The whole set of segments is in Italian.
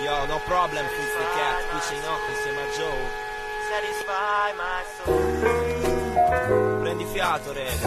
Yo, no problem, Fizz the Cat, qui sei Notte insieme a Joe. Prendi fiato, rega.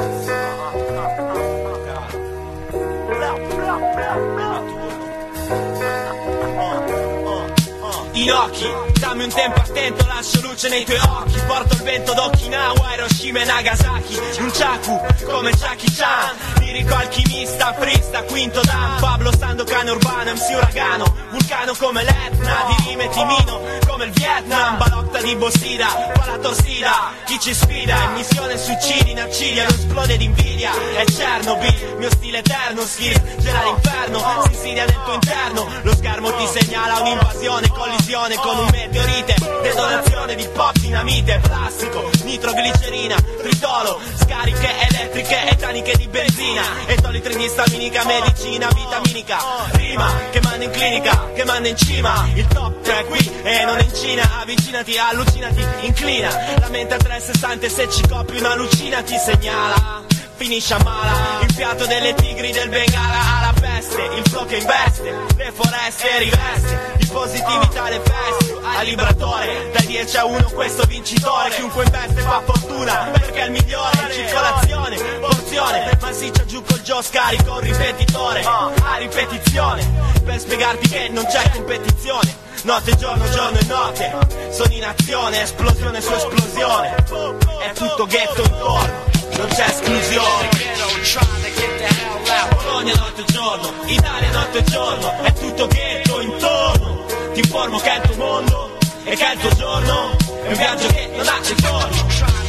Inoki, dammi un tempo attento, lascio luce nei tuoi occhi. Porto il vento d'Okinawa, Hiroshima e Nagasaki. Nunchaku, come Jackie Chan. Lirico alchimista, frista, quinto dan. Pablo Sandokan urbano, MC uragano. Vulcano come l'Etna, di rime timino come il Vietnam. Balotta di Bossida, pala torsida. Chi ci sfida, in missione suicidi in Accilia. Lo esplode d'invidia, è Chernobyl. Mio stile eterno, skill, gela l'inferno. Si insidia nel tuo interno. Lo schermo ti segnala un'invasione, collisione con un meteorite. Detonazione di pop, dinamite, plastico, nitroglicerina, tritolo, scariche elettriche e taniche di benzina. Etolitri di staminica, medicina vitaminica. Rima che manda in clinica, che manda in cima. Il top c'è qui e non in Cina. Avvicinati, allucinati, inclina la mente a 360 e se ci copi una lucina ti segnala. Finisce a mala, il fiato delle tigri del Bengala alla peste, il flow che investe, le foreste riveste, di positività le feste, a libratore, dai 10 a 1 questo vincitore, chiunque investe fa fortuna, perché è il migliore, in circolazione, porzione, massiccia giù col Joe, scarico un ripetitore, a ripetizione, per spiegarti che non c'è competizione. Notte, giorno, giorno e notte, sono in azione, esplosione su esplosione, è tutto ghetto intorno, non c'è esclusione. Bologna notte e giorno, Italia notte e giorno, è tutto ghetto intorno. Ti informo che è il tuo mondo e che è il tuo giorno, è un viaggio che non ha ritorno.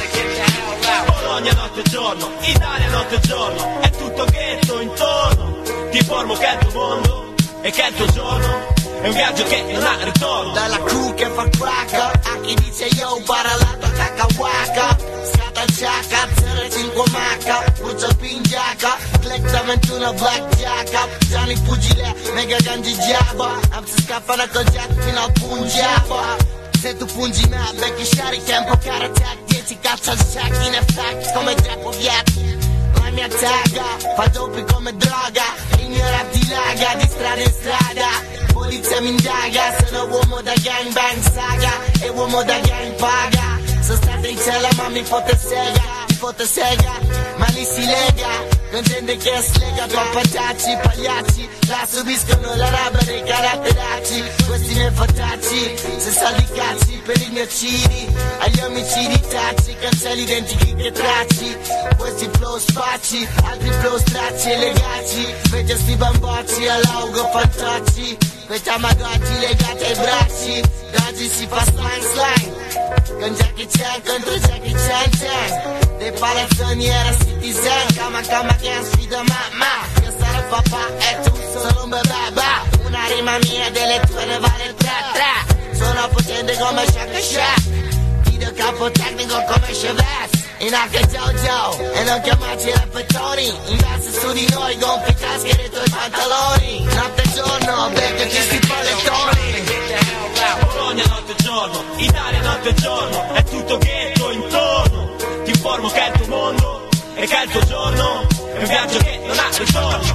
Bologna notte e giorno, Italia notte e giorno, è tutto ghetto intorno. Ti informo che è il tuo mondo e che è il tuo giorno, è un viaggio che non ha ritorno. Dalla crew che fa cracker, a chi dice yo parlato a cacawaka. Scatta il ciaca, 05 macca, buccia pingiaca, Clecta 21 blackjacka. Gianni Pugile, mega gangi giaba, si scappano col jet fino al pungiaba. Se tu pungi me, becchi shari, tempo karate, 10 caccia al check in effect come Drappo Vietti. La mia taga, fa doppi come droga, il mio rap dilaga di strada in strada. Polizia mi indaga, sono uomo da gangbang saga e uomo da gang paga. Sono stato in cella ma mi fotte sega, ma lì si lega con gente che slega, pappatacci, pagliacci, la subiscono la roba dei caratteracci. Questi miei fatacci, se soldi cazzi per i miei uccidi, agli omicidi tacci, cancelli identici che tracci. Questi flow spacci, altri flow stracci e legacci, invece sti bambocci all'augo fantacci. Quei tamagotchi legati ai bracci, da oggi si fa slang, con Jackie Chan contro Jackie Chan. Dei palazzoni era citizen, cama che sfida mamma. Io sarò papà e tu solo un bebè. Una rima mia delle tue ne vale il 3-3. Sono potente come Shaka, ti do capo tecnico come Chevette. In H Jojo e non chiamarci rappettoni, inversi su di noi, gonfi tasche dei tuoi pantaloni. Notte e giorno, beccaci sti pallettoni. Bologna notte e giorno, Italia notte e giorno, è tutto ghetto intorno. Ti informo che è il tuo mondo e che è il tuo giorno, è un viaggio che non ha ritorno.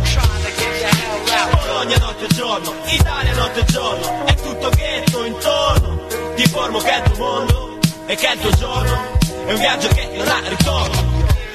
Bologna notte e giorno, Italia notte e giorno, è tutto ghetto intorno. Ti informo che è il tuo mondo e che è il tuo giorno, è un viaggio che non ha ritorno.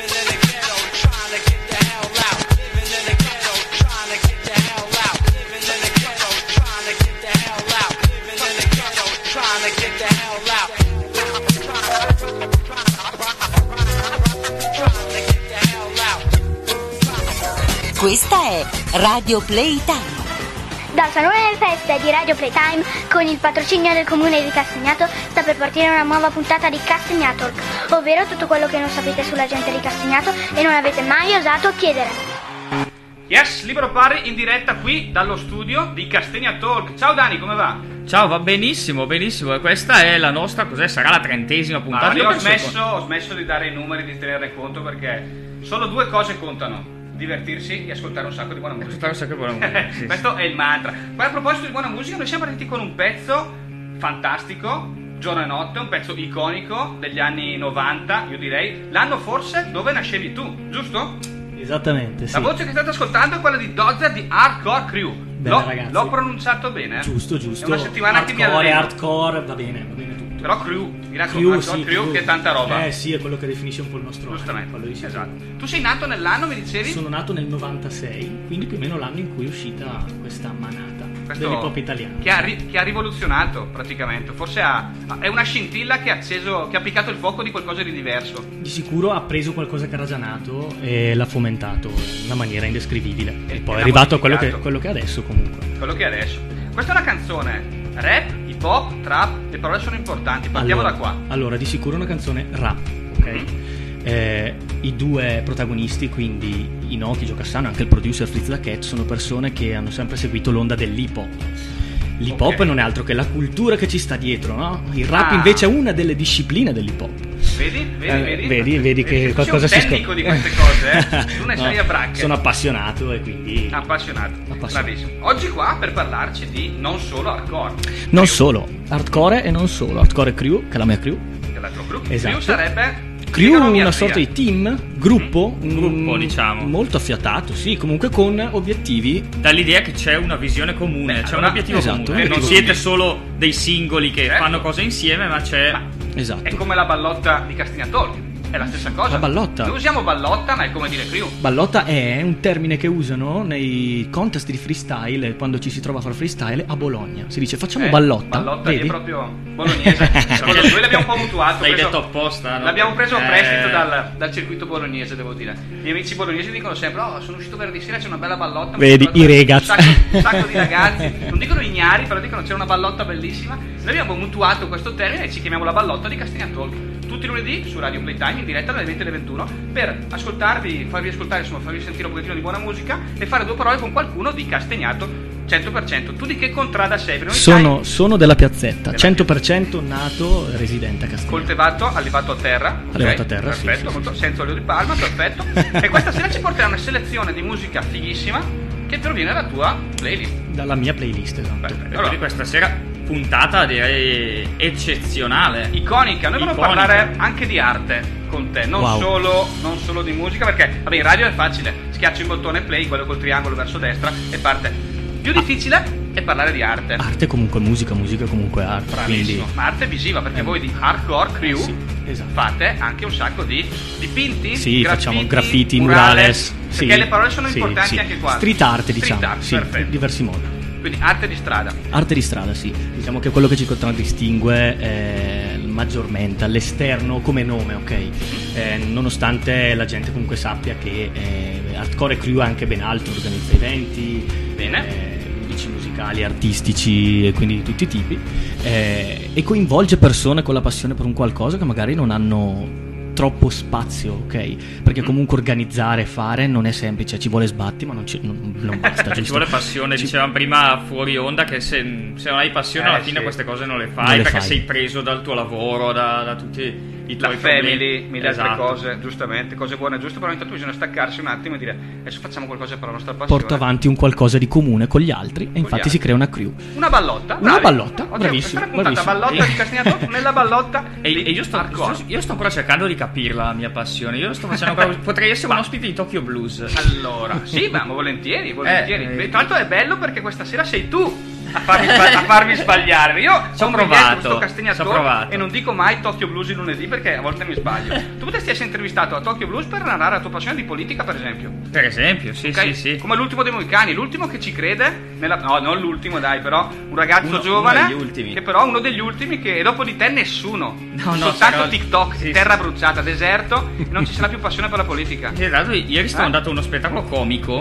Questa è Radio Playtime. Dal Salone delle Feste di Radio Playtime, con il patrocinio del Comune di Castagnato, sta per partire una nuova puntata di Castagnatalk, ovvero tutto quello che non sapete sulla gente di Castagnato e non avete mai osato chiedere. Yes, libero pari in diretta qui dallo studio di Castagnatalk. Ciao Dani, come va? Ciao, va benissimo, benissimo. E questa è la nostra, cos'è? Sarà la 30ª puntata. Io ho smesso di dare i numeri, di tenerne conto, perché solo due cose contano: divertirsi e ascoltare un sacco di buona musica. Sì. Questo è il mantra. Poi a proposito di buona musica, noi siamo partiti con un pezzo fantastico, Giorno e Notte, un pezzo iconico degli anni 90, io direi l'anno forse dove nascevi tu, giusto? Esattamente, sì. La voce che state ascoltando è quella di Dozza di Hardcore Crew. bella ragazzi. L'ho pronunciato bene? Giusto. È una settimana che mi alleno. Hardcore, va bene tutto. Però crew, Crew che è tanta roba. Sì, è quello che definisce un po' il nostro Giustamente, quello di sicuro. esatto. Tu sei nato nell'anno, mi dicevi? Sono nato nel 96, quindi più o meno l'anno in cui è uscita questa manata dell'hip hop italiano. Che ha rivoluzionato praticamente. Forse è una scintilla che ha acceso, che ha piccato il fuoco di qualcosa di diverso. Di sicuro ha preso qualcosa che era già nato e l'ha fomentato in una maniera indescrivibile. E poi è arrivato a quello che è adesso comunque. Quello che è adesso. Questa è una canzone rap, hip hop, trap, le parole sono importanti, partiamo da qua. Allora, di sicuro una canzone rap, ok? I due protagonisti, quindi Inoki, Gio Cassano e anche il producer Fritz the Cat, sono persone che hanno sempre seguito l'onda dell'hip hop. L'hip hop non è altro che la cultura che ci sta dietro, no? Il rap invece è una delle discipline dell'hip hop. Vedi che qualcosa si scopre. Sei un tecnico di queste cose, Tu ne sei a bracche. Sono appassionato e quindi appassionato. Bravissimo. Oggi qua per parlarci di non solo hardcore. Non solo, hardcore e non solo. Hardcore crew, che è la mia crew. Che è la tua crew. Esatto. Crew sarebbe Crew, una sorta di team, gruppo, diciamo. Molto affiatato, sì, comunque con obiettivi. Dall'idea che c'è una visione comune, c'è un obiettivo comune. Non siete solo dei singoli che fanno cose insieme, ma c'è. Esatto. È come la ballotta di Castagnatorchi. È la stessa cosa. La ballotta. Noi usiamo ballotta, ma è come dire crew. Ballotta è un termine che usano nei contest di freestyle, quando ci si trova a fare freestyle a Bologna. Si dice facciamo ballotta. Ballotta vedi? È proprio bolognese. Noi l'abbiamo un po' mutuato. L'hai detto apposta, no? L'abbiamo preso a prestito dal circuito bolognese, devo dire. I miei amici bolognesi dicono sempre: oh, sono uscito venerdì sera, c'è una bella ballotta. Vedi, i ragazzi. Un sacco di ragazzi. Non dicono ignari, però dicono c'è una ballotta bellissima. Noi abbiamo mutuato questo termine e ci chiamiamo la ballotta di Castagnatorchi. Tutti i lunedì su Radio Playtime in diretta dalle 20 alle 21 per ascoltarvi, farvi ascoltare, insomma, farvi sentire un pochettino di buona musica e fare due parole con qualcuno di Castagnato 100%. Tu di che contrada sei? Sono della piazzetta, 100% nato residente a Castagnato. Coltivato, allevato a terra. Allevato a terra, perfetto, sì. Senza olio di palma, perfetto. E questa sera ci porterà una selezione di musica fighissima che proviene dalla tua playlist. Dalla mia playlist, esatto. Perfetto. Allora, questa sera puntata direi eccezionale, iconica. Noi vogliamo parlare anche di arte con te, non solo di musica, perché vabbè, in radio è facile, schiacci il bottone play, quello col triangolo verso destra e parte. Più difficile è parlare di arte. Arte comunque musica comunque arte. Bravissimo. Quindi... ma arte visiva, perché voi di Hardcore Crew esatto. fate anche un sacco di dipinti, sì, facciamo graffiti, murales, perché le parole sono importanti anche qua. Street art, diciamo, perfetto. in diversi modi. Quindi arte di strada. Arte di strada, sì. Diciamo che quello che ci contraddistingue maggiormente all'esterno come nome, ok? Nonostante la gente comunque sappia che Hardcore Crew è anche ben altro, organizza eventi, musicali, artistici e quindi di tutti i tipi, e coinvolge persone con la passione per un qualcosa che magari non hanno troppo spazio, ok? Perché comunque organizzare, fare non è semplice, ci vuole sbatti, ma non basta, giusto? Ci vuole passione, dicevamo prima fuori onda che se non hai passione alla fine queste cose non le fai, perché sei preso dal tuo lavoro, da tutti i tuoi family, mille altre cose, giustamente, cose buone e giuste, però intanto bisogna staccarsi un attimo e dire adesso facciamo qualcosa per la nostra passione. Porta avanti un qualcosa di comune con gli altri e infatti si crea una crew. Una ballotta, bravissimo. Ballotta di Castagnato nella ballotta e io sto ancora cercando di capire la mia passione. Io sto facendo potrei essere un ospite di Tokyo Blues. Allora, sì, ma volentieri. Tra l'altro è bello perché questa sera sei tu a farmi sbagliare. Io ho provato questo Castagnato e non dico mai Tokyo Blues il lunedì perché a volte mi sbaglio. Tu potresti essere intervistato a Tokyo Blues per narrare la tua passione di politica, per esempio. Per esempio, sì, okay? Sì. Come l'ultimo dei Moicani, l'ultimo che ci crede no, non l'ultimo, dai, però un ragazzo giovane che però uno degli ultimi che dopo di te nessuno. Soltanto TikTok, terra bruciata, deserto, e non ci sarà più passione per la politica. Esatto, ieri sono andato a uno spettacolo comico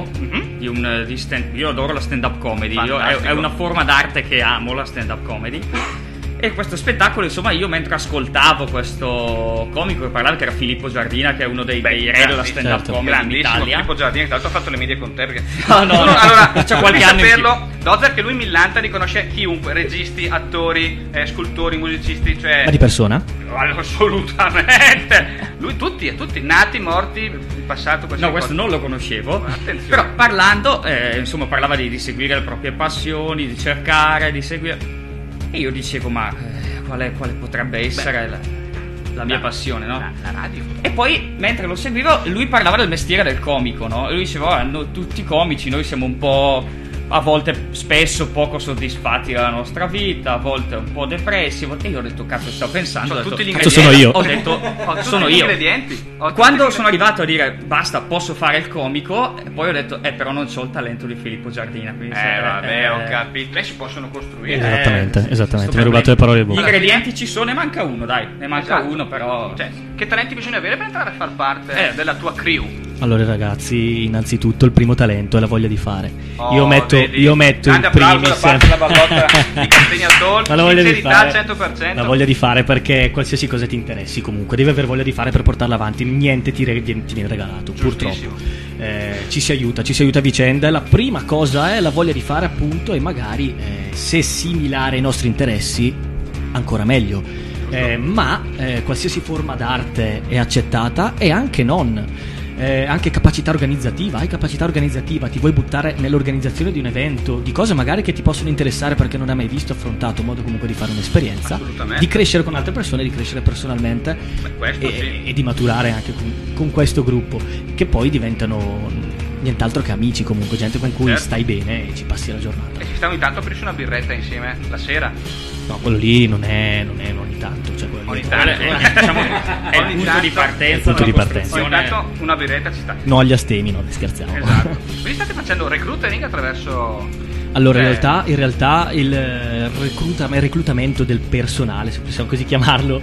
io adoro la stand-up comedy. È una forma d'arte che amo, la stand-up comedy. E questo spettacolo, insomma, io mentre ascoltavo questo comico che parlava, che era Filippo Giardina, che è uno dei re della stand-up comedy in Italia. Filippo Giardina, che tra l'altro ha fatto le medie con te, perché no, allora c'è qualche anno saperlo, Dozer, che lui millanta riconosce chiunque, registi, attori, scultori, musicisti, cioè ma di persona? Assolutamente. Lui tutti nati, morti, in passato. Questo non lo conoscevo. Attenzione. Però parlando, insomma, parlava di seguire le proprie passioni, di cercare di seguire. E io dicevo, ma quale potrebbe essere la mia passione, no? La radio. E poi, mentre lo seguivo, lui parlava del mestiere del comico, no? E lui diceva, tutti comici, noi siamo un po' a volte spesso poco soddisfatti della nostra vita, a volte un po' depressi, e io ho detto cazzo, sto pensando, ho detto, tutti gli cazzo sono io. Ho detto sono io. Quando sono arrivato a dire basta, posso fare il comico, e poi ho detto però non c'ho il talento di Filippo Giardina, quindi ho capito, si possono costruire. Esattamente, mi hai rubato le parole di gli bocca. ingredienti ci sono, ne manca uno, dai, ne manca uno, però cioè, che talenti bisogna avere per entrare a far parte della tua crew? Allora ragazzi, innanzitutto il primo talento è la voglia di fare. Oh, io metto grande in primis applauso da parte della ballotta di Castagna Talk, la voglia di sincerità fare, 100%. la voglia di fare, perché qualsiasi cosa ti interessi comunque devi aver voglia di fare per portarla avanti, niente ti viene regalato, purtroppo. Ci si aiuta a vicenda. La prima cosa è la voglia di fare, appunto, e magari se similare ai nostri interessi ancora meglio. Ma qualsiasi forma d'arte è accettata, e anche non. Anche capacità organizzativa, hai capacità organizzativa, ti vuoi buttare nell'organizzazione di un evento, di cose magari che ti possono interessare perché non hai mai visto, affrontato, modo comunque di fare un'esperienza, di crescere con altre persone, di crescere personalmente e di maturare anche con questo gruppo, che poi diventano nient'altro che amici, comunque gente con cui stai bene e ci passi la giornata. E ci sta ogni tanto a aprirsi una birretta insieme la sera? No, quello lì non è ogni tanto, cioè quello ogni lì tanto, diciamo, è il punto di partenza. Ogni tanto una birretta ci sta. No agli astemi, no, scherziamo. Esatto. Quindi state facendo recruiting attraverso... Allora, in realtà il reclutamento del personale, se possiamo così chiamarlo,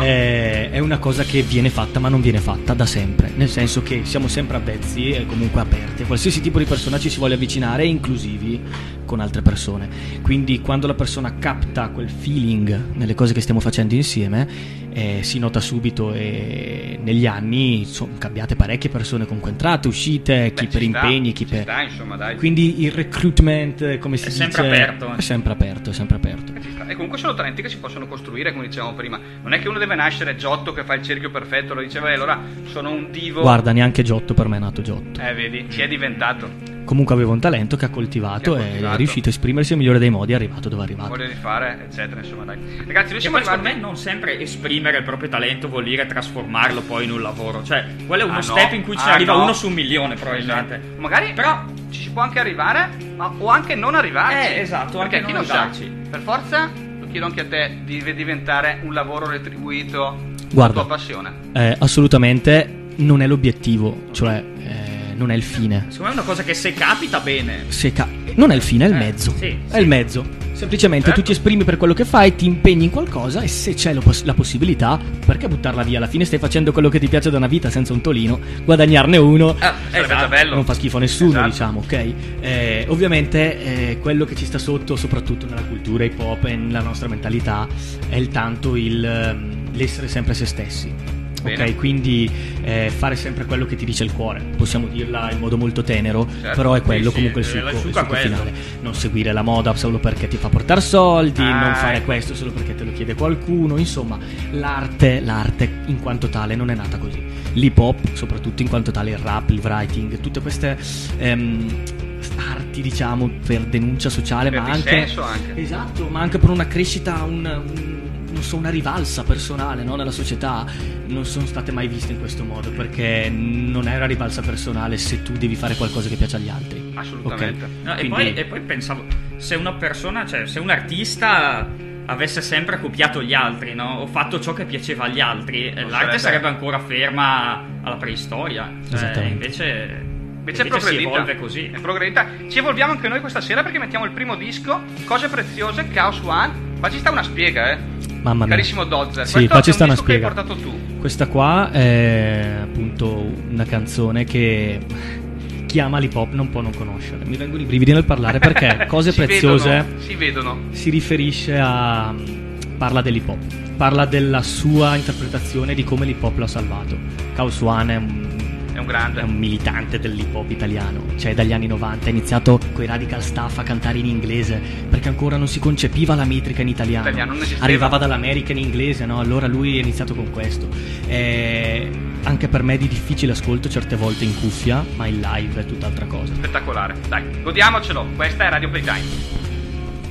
è una cosa che viene fatta, ma non viene fatta da sempre. Nel senso che siamo sempre avvezzi e comunque aperti a qualsiasi tipo di persona ci si voglia avvicinare, e inclusivi con altre persone. Quindi quando la persona capta quel feeling nelle cose che stiamo facendo insieme, si nota subito, e negli anni sono cambiate parecchie persone con cui entrate, uscite, chi per impegni, chi per... insomma, dai. Quindi il recruitment, come si dice, sempre aperto. È sempre aperto. E comunque sono talenti che si possono costruire, come dicevamo prima. Non è che uno deve nascere Giotto che fa il cerchio perfetto, lo diceva, allora sono un divo. Guarda, neanche Giotto per me è nato Giotto. Vedi, ci è diventato. Comunque aveva un talento che ha coltivato e è riuscito a esprimersi nel migliore dei modi, è arrivato dove è arrivato. Voglia di fare, eccetera, insomma, dai. Ragazzi, noi siamo secondo me non sempre esprimere il proprio talento vuol dire trasformarlo poi in un lavoro. Cioè, quello è uno step in cui ci arriva uno su 1.000.000 probabilmente. Esatto. Magari però ci si può anche arrivare, o anche non arrivarci. Esatto, perché anche chi non lo sa, andarci. per forza, lo chiedo anche a te, deve diventare un lavoro retribuito. Guarda, la tua passione. Assolutamente non è l'obiettivo, cioè non è il fine. Secondo me è una cosa che se capita bene. Non è il fine, è il mezzo. È il mezzo. Semplicemente tu ti esprimi per quello che fai, ti impegni in qualcosa, e se c'è la possibilità, perché buttarla via? Alla fine stai facendo quello che ti piace da una vita senza un tolino, guadagnarne uno bello. non fa schifo a nessuno, diciamo, ok? Ovviamente quello che ci sta sotto, soprattutto nella cultura hip hop e nella nostra mentalità, è l'essere sempre se stessi. Bene. Ok, quindi fare sempre quello che ti dice il cuore, possiamo dirla in modo molto tenero, però è quello comunque il succo finale. Non seguire la moda solo perché ti fa portare soldi, non fare questo solo perché te lo chiede qualcuno. Insomma, l'arte in quanto tale non è nata così. L'hip hop, soprattutto in quanto tale, il rap, il writing, tutte queste arti, diciamo, per denuncia sociale, per ma anche esatto, ma anche per una crescita, una rivalsa personale, no? Nella società, non sono state mai viste in questo modo, perché non è una rivalsa personale se tu devi fare qualcosa che piace agli altri. Assolutamente. Okay? No, e poi pensavo, se una persona, cioè se un artista avesse sempre copiato gli altri, no? O fatto ciò che piaceva agli altri, l'arte sarebbe ancora ferma alla preistoria. Invece si evolve così. È progredita. Ci evolviamo anche noi questa sera, perché mettiamo il primo disco, Cose Preziose, Chaos One. Qua ci sta una spiega, Mamma mia. Carissimo Dozzer. Sì, qua ci sta una spiega. Che hai portato tu. Questa qua è appunto una canzone che chi ama l'hip hop non può non conoscere. Mi vengono i brividi nel parlare, perché Cose Preziose si vedono. Si riferisce a... parla dell'hip hop, parla della sua interpretazione di come l'hip hop l'ha salvato. Chaos One è un militante dell'hip hop italiano, cioè dagli anni 90 ha iniziato coi Radical Staff a cantare in inglese, perché ancora non si concepiva la metrica in italiano arrivava dall'America in inglese, no? Allora lui è iniziato con questo. Anche per me è di difficile ascolto certe volte in cuffia, ma in live è tutt'altra cosa. Spettacolare, dai, godiamocelo. Questa è Radio Playtime.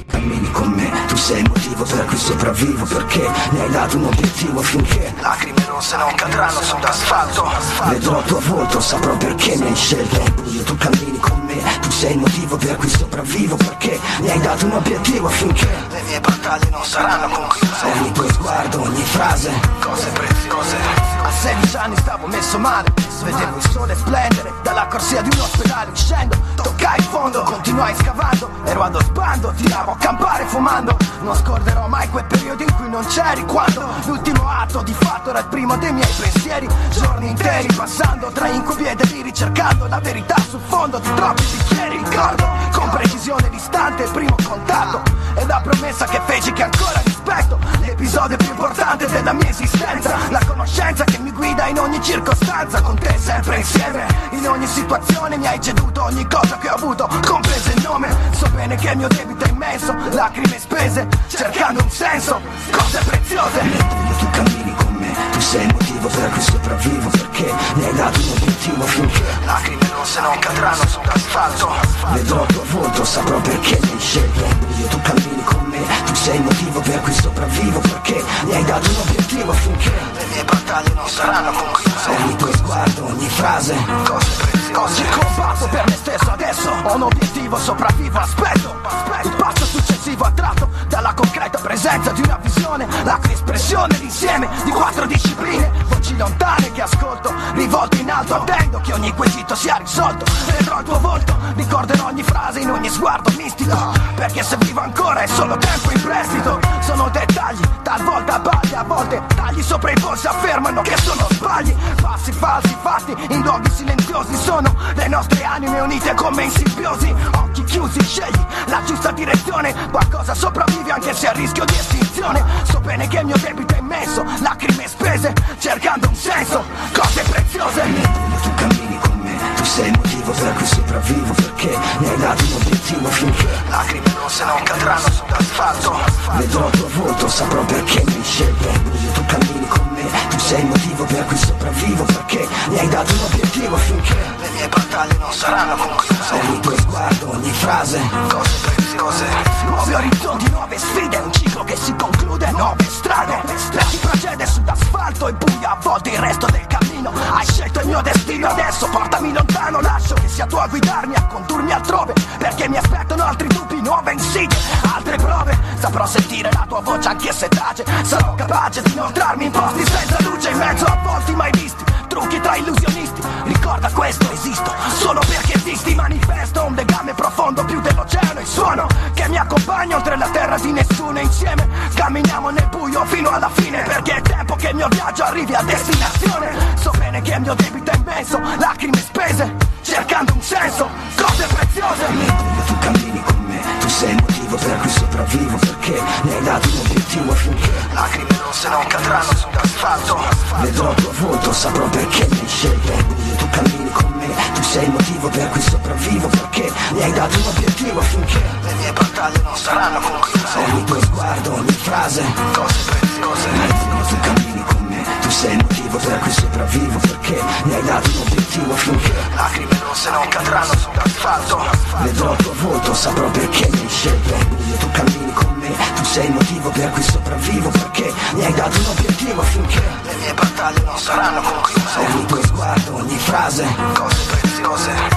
Cammini con me, tu sei il motivo per cui sopravvivo, perché mi hai dato un obiettivo affinché lacrime rosse non cadranno sull'asfalto. Vedrò il tuo volto, saprò perché mi hai scelto. Buio, tu cammini con me, tu sei il motivo per cui sopravvivo, perché mi hai dato un obiettivo affinché le mie battaglie non saranno concluse. Ogni tuo sguardo, ogni frase, cose preziose. A 16 anni stavo messo male, vedevo il sole splendere dalla corsia di un ospedale. Uscendo, toccai il fondo, continuai scavando, ero allo sbando, tiravo a campare fumando. Non scorderò mai quei periodi in cui non c'eri, quando l'ultimo atto di fatto era il primo dei miei pensieri. Giorni interi passando tra incubi e deliri, cercando la verità sul fondo di troppi bicchieri. Ricordo con precisione distante il primo contatto e la promessa che feci che ancora rispetto. L'episodio più importante della mia esistenza, la conoscenza che mi guida in ogni circostanza. Con te sempre insieme, in ogni situazione mi hai ceduto ogni cosa che ho avuto, compreso il nome. So bene che il mio debito è immenso, lacrime spese, cercando un senso, cose preziose. Tu cammini con me, tu sei il motivo per cui sopravvivo, perché mi hai dato un obiettivo affinché lacrime rosse non cadranno sull'asfalto. Vedrò il tuo volto, saprò perché mi hai scelto. Tu cammini con me, tu sei il motivo per cui sopravvivo, perché mi hai dato un obiettivo affinché le mie battaglie non saranno concluse. Ogni tuo sguardo, ogni frase, cose preziose. Oggi combatto per me stesso, adesso ho un obiettivo, sopravvivo, aspetto il passo successivo attratto dalla concreta presenza di una visione, la espressione l'insieme di 4 discipline, voci lontane che ascolto, rivolte in alto, attendo che ogni quesito sia risolto. Vedrò il tuo volto, ricorderò ogni frase in ogni sguardo mistico, perché se vivo ancora è solo tempo in prestito. Sono dettagli, talvolta balli, a volte tagli sopra i polsi affermano che sono sbagli. Passi falsi fatti in luoghi silenziosi, sono le nostre anime unite come in simbiosi. Occhi chiusi, scegli la giusta direzione, qualcosa sopravvive anche se a rischio di estinzione. So bene che il mio debito è immenso, lacrime spese, cercando un senso, cose preziose. Tu cammini con me, tu sei il motivo per cui sopravvivo, perché mi hai dato un obiettivo affinché lacrime rosse non cadranno sull'asfalto. Vedrò il tuo volto, saprò perché mi hai scelto. Tu cammini con me, tu sei il motivo per cui sopravvivo, perché mi hai dato un obiettivo affinché le mie battaglie non saranno concluse. Ogni tuo sguardo, ogni frase, cose preziose. Nuovi orizzonti, nuove sfide, un ciclo che si conclude, nuove strade. La si procede sull'asfalto e buia a volte il resto del cammino. Hai scelto il mio destino, adesso portami lontano, lascio che sia tu a guidarmi, a condurmi altrove, perché mi aspettano altri dubbi, nuove insidie, altre prove. Saprò sentire la tua voce anche se tace, sarò capace di inoltrarmi in posti senza luce, in mezzo a volti mai visti, trucchi tra illusionisti. Ricorda questo, esisto solo perché esisti, manifesto un legame profondo più dell'oceano, il suono che mi accompagna oltre la terra di nessuno. Insieme camminiamo nel buio fino alla fine, perché è tempo che il mio viaggio arrivi a destinazione. So bene che il mio debito è immenso, lacrime spese, cercando un senso, cose preziose. Tu cammini con me, tu sei il motivo per cui sopravvivo, perché mi hai dato un obiettivo affinché lacrime rosse non cadranno sull'asfalto. Vedrò il tuo volto, saprò perché mi hai scelto. Tu cammini con me, tu sei il motivo per cui sopravvivo, perché mi hai dato un obiettivo affinché le mie battaglie non saranno concluse. Ogni tuo sguardo, ogni frase, cose preziose. Tu cammini con me, tu sei il motivo per cui sopravvivo, perché mi hai dato un obiettivo affinché lacrime rosse non cadranno sull'asfalto. Vedrò il tuo volto, saprò perché mi hai scelto. Tu cammini con me, tu sei il motivo per cui sopravvivo, perché mi hai dato un obiettivo affinché le mie battaglie non saranno concluse. Ogni tuo sguardo, ogni frase, cose preziose.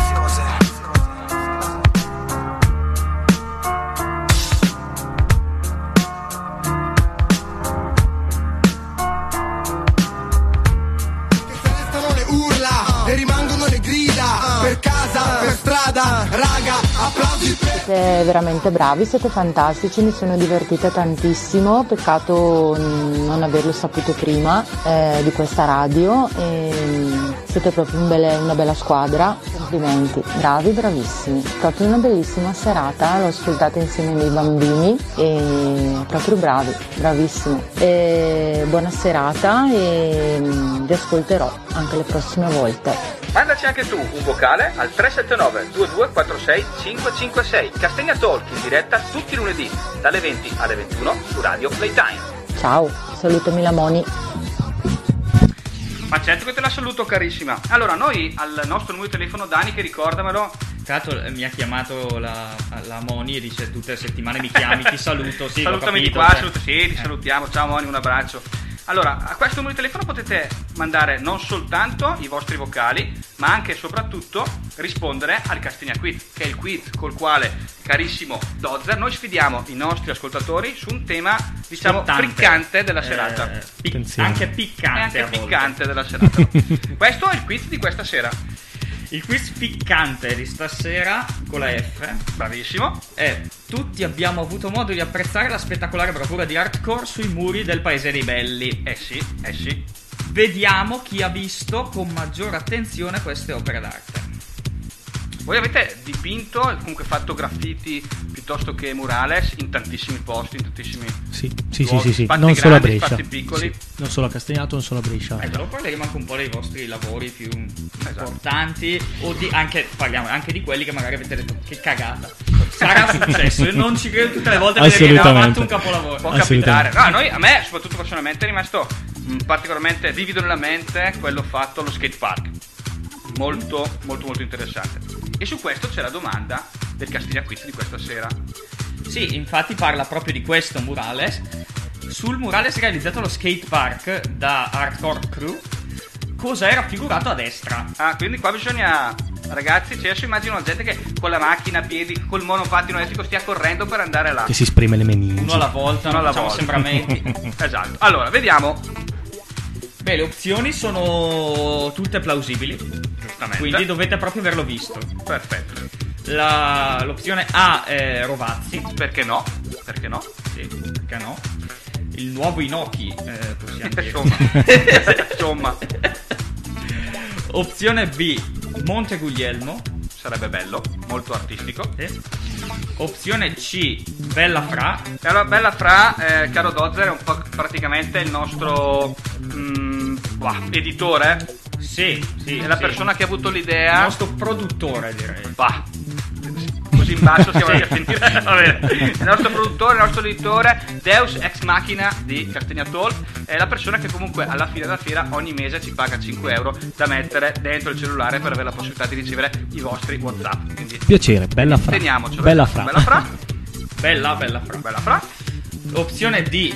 E rimangono le grida per casa, per strada, raga, applausi. Siete veramente bravi, siete fantastici, mi sono divertita tantissimo, peccato non averlo saputo prima di questa radio, e siete proprio una bella squadra, complimenti, bravi, bravissimi, proprio una bellissima serata, l'ho ascoltata insieme ai miei bambini e proprio bravi, bravissimi, e buona serata e vi ascolterò anche le prossime volte. Mandaci anche tu un vocale al 379 2246 556. Castegna Talk in diretta tutti i lunedì dalle 20 alle 21 su Radio Playtime. Ciao, salutami la Moni. Ma certo che te la saluto carissima. Allora, noi al nostro numero di telefono, Dani, che ricordamelo, Tra l'altro mi ha chiamato la Moni e dice tutte le settimane mi chiami, ti saluto. Sì, salutami di qua, ti salutiamo, ciao Moni, un abbraccio. Allora, a questo numero di telefono potete mandare non soltanto i vostri vocali, ma anche e soprattutto rispondere al Castagna Quiz, che è il quiz col quale, carissimo Dozzer, noi sfidiamo i nostri ascoltatori su un tema, diciamo, friccante della serata. Anche piccante. E anche piccante della serata. Questo è il quiz di questa sera. Il quiz piccante di stasera, con la F, bravissimo, è: tutti abbiamo avuto modo di apprezzare la spettacolare bravura di Hardcore sui muri del Paese dei Belli. Eh sì. Vediamo chi ha visto con maggiore attenzione queste opere d'arte. Voi avete dipinto e comunque fatto graffiti piuttosto che murales in tantissimi posti, in tantissimi luoghi, sì. Spazi Non grandi, solo a Brescia, spazi piccoli. Sì. Non solo a Castagnato, non solo a Brescia. Allora parleremo anche un po' dei vostri lavori più importanti, o parliamo anche di quelli che magari avete detto che cagata. Sarà successo, io non ci credo tutte le volte perché abbiamo fatto un capolavoro. Può capitare. No, a me, soprattutto personalmente, è rimasto particolarmente vivido nella mente quello fatto allo skate park. Molto interessante. E su questo c'è la domanda del Castagna Quiz di questa sera. Sì, infatti parla proprio di questo murales. Sul murales realizzato allo skate park da Hardcore Crew, cosa era raffigurato a destra? Ah, quindi qua bisogna, ragazzi, adesso immagino la gente che con la macchina a piedi, col monopattino elettrico stia correndo per andare là. Che si spreme le meningi. Uno alla volta, non facciamo sembramenti. Esatto. Allora, vediamo. Beh, le opzioni sono tutte plausibili. Giustamente. Quindi dovete proprio averlo visto. Perfetto. L'opzione A è Rovazzi. Perché no? Sì, perché no? Il nuovo Inoki, possiamo dire. Insomma. Opzione B, Monte Guglielmo. Sarebbe bello, molto artistico. Sì. Opzione C, Bella Fra. Allora, Bella Fra, caro Dozzer, è un po' praticamente il nostro editore. Sì. È la persona che ha avuto l'idea. Il nostro produttore, direi. Così in basso siamo anche a sentire. Va bene. Il nostro produttore, il nostro editore, Deus Ex Machina di Castagna Talk, è la persona che comunque alla fine della fiera ogni mese ci paga 5 euro da mettere dentro il cellulare per avere la possibilità di ricevere i vostri WhatsApp. Quindi, piacere, Bella Fra. Teniamocelo. Bella Fra. Opzione D.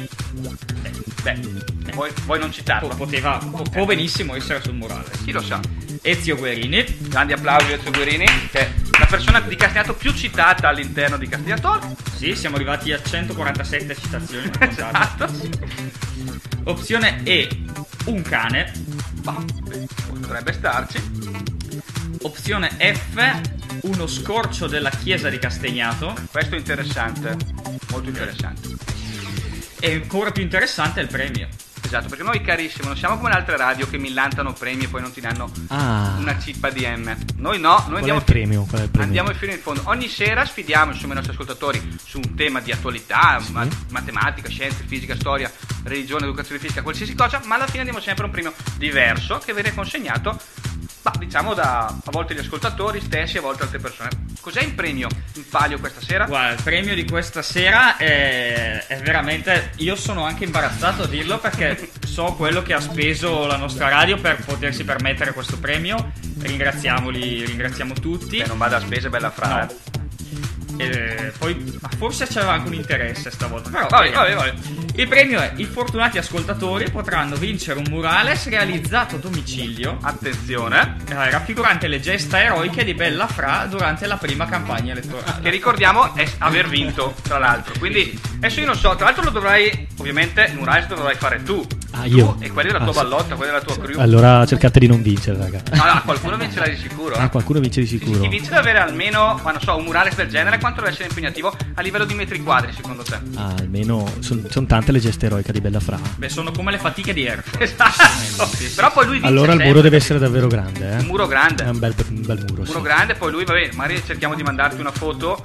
Vuoi non citarlo? Può benissimo essere sul murale. Chi lo sa? Ezio Guerini. Grandi applausi a Ezio Guerini, che è la persona di Castagnato più citata all'interno di Castagna Talk. Sì, siamo arrivati a 147 citazioni. Esatto. Opzione E, un cane. Potrebbe starci. Opzione F, uno scorcio della chiesa di Castagnato. Questo è interessante, molto interessante. E ancora più interessante è il premio. Esatto, perché noi, carissimo, non siamo come le altre radio che millantano premi e poi non ti danno una cippa di M. Noi no, noi andiamo andiamo fino in fondo. Ogni sera sfidiamo insomma i nostri ascoltatori su un tema di attualità, matematica, scienze, fisica, storia, religione, educazione fisica, qualsiasi cosa, ma alla fine diamo sempre un premio diverso che viene consegnato, diciamo, a volte gli ascoltatori stessi, a volte altre persone. Cos'è il premio in palio questa sera? Guarda, il premio di questa sera è veramente... Io sono anche imbarazzato a dirlo perché so quello che ha speso la nostra radio per potersi permettere questo premio. Ringraziamo tutti. Non vada a spese, Bella Fra. No. Poi forse c'era anche un interesse stavolta, però vai. Il premio è: i fortunati ascoltatori potranno vincere un murales realizzato a domicilio, attenzione, raffigurante le gesta eroiche di Bella Fra durante la prima campagna elettorale, che ricordiamo è aver vinto, tra l'altro. Quindi adesso io non so, tra l'altro lo dovrai, ovviamente il murales lo dovrai fare tu. Io? E quelli della tua ballotta, quelli della tua crew. Allora cercate di non vincere, raga. No, qualcuno vincerà di sicuro. Qualcuno vince di sicuro. Chi vince deve avere almeno, ma non so, un murales del genere. Quanto deve essere impegnativo a livello di metri quadri, secondo te? Almeno sono tante le geste eroiche di Bella Fra. Beh, sono come le fatiche di Erfurt. Esatto. Sì. Però poi lui vince. Allora il muro deve essere davvero grande, Un muro grande. È un bel muro. Un muro grande, poi lui, magari cerchiamo di mandarti una foto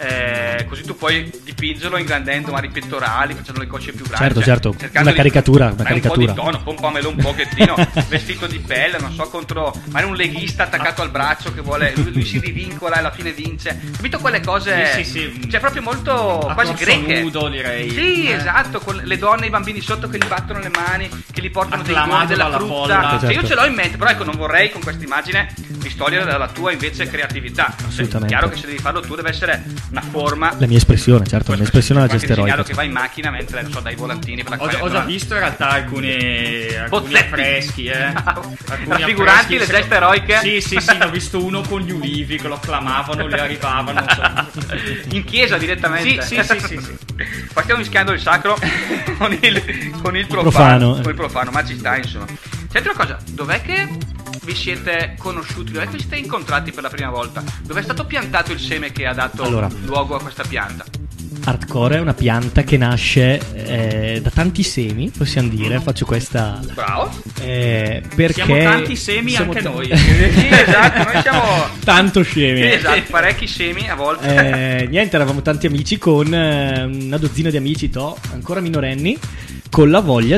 così tu puoi dipingerlo ingrandendo magari i pettorali, facendo le cosce più grandi. Certo, una caricatura. Un po' di tono, pompamelo un pochettino, vestito di pelle, non so, contro magari un leghista attaccato al braccio che vuole, lui si rivincola e alla fine vince. Capito quelle cose? Sì. Cioè proprio molto quasi greche. Nudo, direi. Sì, esatto, con le donne e i bambini sotto che gli battono le mani, che gli portano dei gommi della frutta. Polla. Cioè, io ce l'ho in mente, però ecco, non vorrei con questa immagine distogliere dalla tua invece creatività. Assolutamente. È chiaro che se devi farlo tu deve essere una forma. La mia espressione, certo, la mia espressione è la gesta eroica. Che va in macchina mentre non so, dai volantini per ho già visto in realtà alcuni affreschi, raffiguranti le geste eroiche. Sì, ho visto uno con gli ulivi che lo acclamavano, li arrivavano, non so. In chiesa direttamente. Sì. Partiamo mischiando il sacro con il profano. Con il profano, ma ci sta, insomma. Senti una cosa, dov'è che vi siete conosciuti? Dov'è che vi siete incontrati per la prima volta? Dove è stato piantato il seme che ha dato luogo a questa pianta? Hardcore è una pianta che nasce da tanti semi, possiamo dire. Faccio questa. Bravo. Perché siamo tanti semi anche noi. Sì, esatto, noi siamo tanto scemi. Sì, esatto, parecchi semi a volte. Niente, eravamo tanti amici con una dozzina di amici, ancora minorenni, con la voglia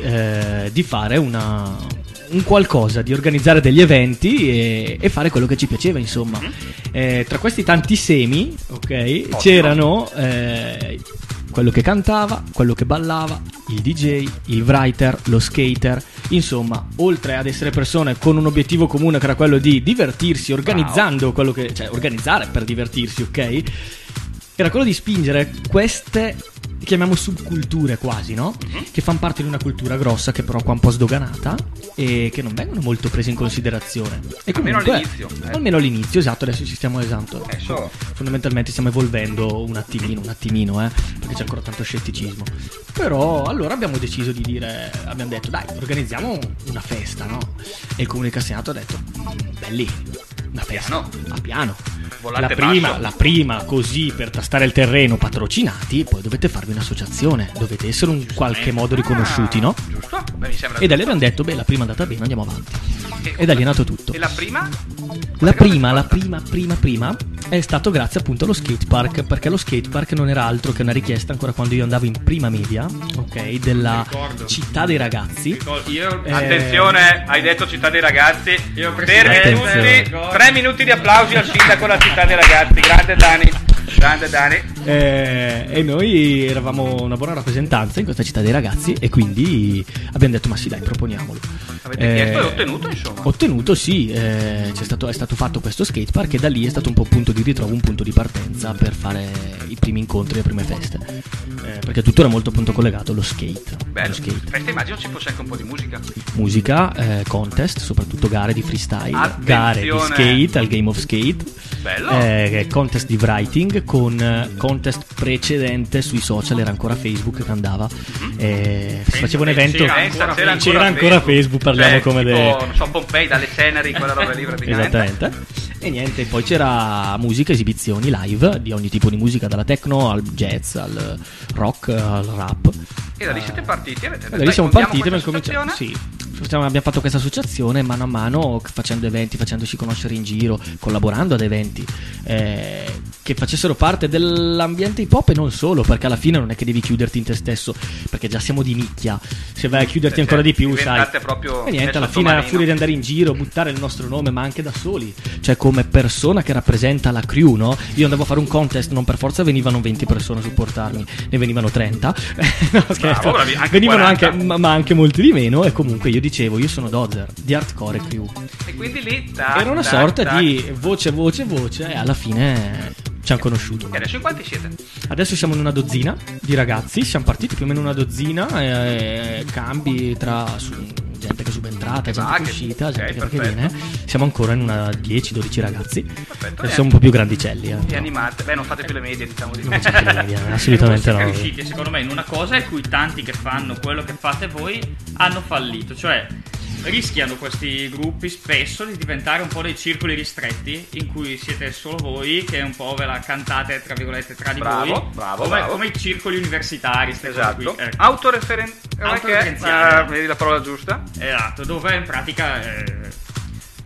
di fare un qualcosa, di organizzare degli eventi e fare quello che ci piaceva, insomma. Tra questi tanti semi, ok, c'erano quello che cantava, quello che ballava, il DJ, il writer, lo skater. Insomma, oltre ad essere persone con un obiettivo comune che era quello di divertirsi organizzando quello che, cioè organizzare per divertirsi, ok? Era quello di spingere queste, chiamiamo subculture quasi, no? Che fanno parte di una cultura grossa che però qua un po' sdoganata e che non vengono molto prese in considerazione. E comunque, almeno all'inizio, esatto, adesso ci stiamo fondamentalmente stiamo evolvendo un attimino, perché c'è ancora tanto scetticismo. Però allora abbiamo deciso di abbiamo detto dai, organizziamo una festa, no? E il Comune di Castagnato ha detto belli, una festa a piano. La prima così per tastare il terreno, patrocinati, poi dovete farvi un'associazione, dovete essere in qualche modo riconosciuti, no? Giusto? Beh, mi sembra e da lì abbiamo detto la prima è andata bene, andiamo avanti. E da lì è nato tutto. E la prima? La prima è stato grazie appunto allo skatepark, perché lo skatepark non era altro che una richiesta ancora quando io andavo in prima media, ok, della città dei ragazzi. Attenzione, hai detto città dei ragazzi. Fermi tutti, 3 minuti di applausi al sindaco della città dei ragazzi. Grande Dani. E noi eravamo una buona rappresentanza in questa città dei ragazzi e quindi abbiamo detto ma sì dai, proponiamolo. Avete chiesto e ottenuto, insomma? Ottenuto, sì. È stato fatto questo skatepark e da lì è stato un po' un punto di ritrovo, un punto di partenza per fare i primi incontri, le prime feste, perché tutto era molto appunto collegato allo skate. Bello. Festa, immagino ci fosse anche un po' di musica, contest, soprattutto gare di freestyle, gare di skate al Game of Skate. Bello. Contest di writing con contest precedente sui social, era ancora Facebook che andava. Faceva un evento, c'era ancora Facebook, parliamo come non so, Pompei, dalle ceneri, quella roba lì praticamente. Esattamente. E niente, poi c'era musica, esibizioni live di ogni tipo di musica, dalla techno al jazz al rock al rap. E da lì siete partiti? Da lì siamo partiti, abbiamo cominciato. Sì. Abbiamo fatto questa associazione mano a mano, facendo eventi, facendoci conoscere in giro, collaborando ad eventi che facessero parte dell'ambiente hip hop e non solo, perché alla fine non è che devi chiuderti in te stesso, perché già siamo di nicchia, se vai a chiuderti ancora di più, sai. Proprio e niente, alla fine, a furia di andare in giro, buttare il nostro nome, ma anche da soli, cioè come persona che rappresenta la crew, no? Io andavo a fare un contest, non per forza venivano 20 persone a supportarmi, ne venivano 30. No, scherzo. Venivano anche, ma anche molti di meno, e comunque io dicevo, io sono Dozer di Hardcore Crew, e quindi lì era una sorta di voce, e alla fine ci hanno conosciuto. E adesso in quanti siete? Adesso siamo in una dozzina di ragazzi, siamo partiti più o meno una dozzina, cambi tra gente che è subentrata, gente che è uscita, gente che viene. Siamo ancora in una 10-12 ragazzi. Perfetto, siamo un po' più grandicelli. E animate. Beh, non fate più le medie, diciamo di non facciamo più le medie, assolutamente no. Siete riusciti, secondo me, in una cosa in cui tanti che fanno quello che fate voi hanno fallito, cioè rischiano questi gruppi spesso di diventare un po' dei circoli ristretti in cui siete solo voi, che un po' ve la cantate tra virgolette tra di voi, come i circoli universitari. Esatto. Qui, autoreferenziali, vedi la parola giusta? Esatto, dove in pratica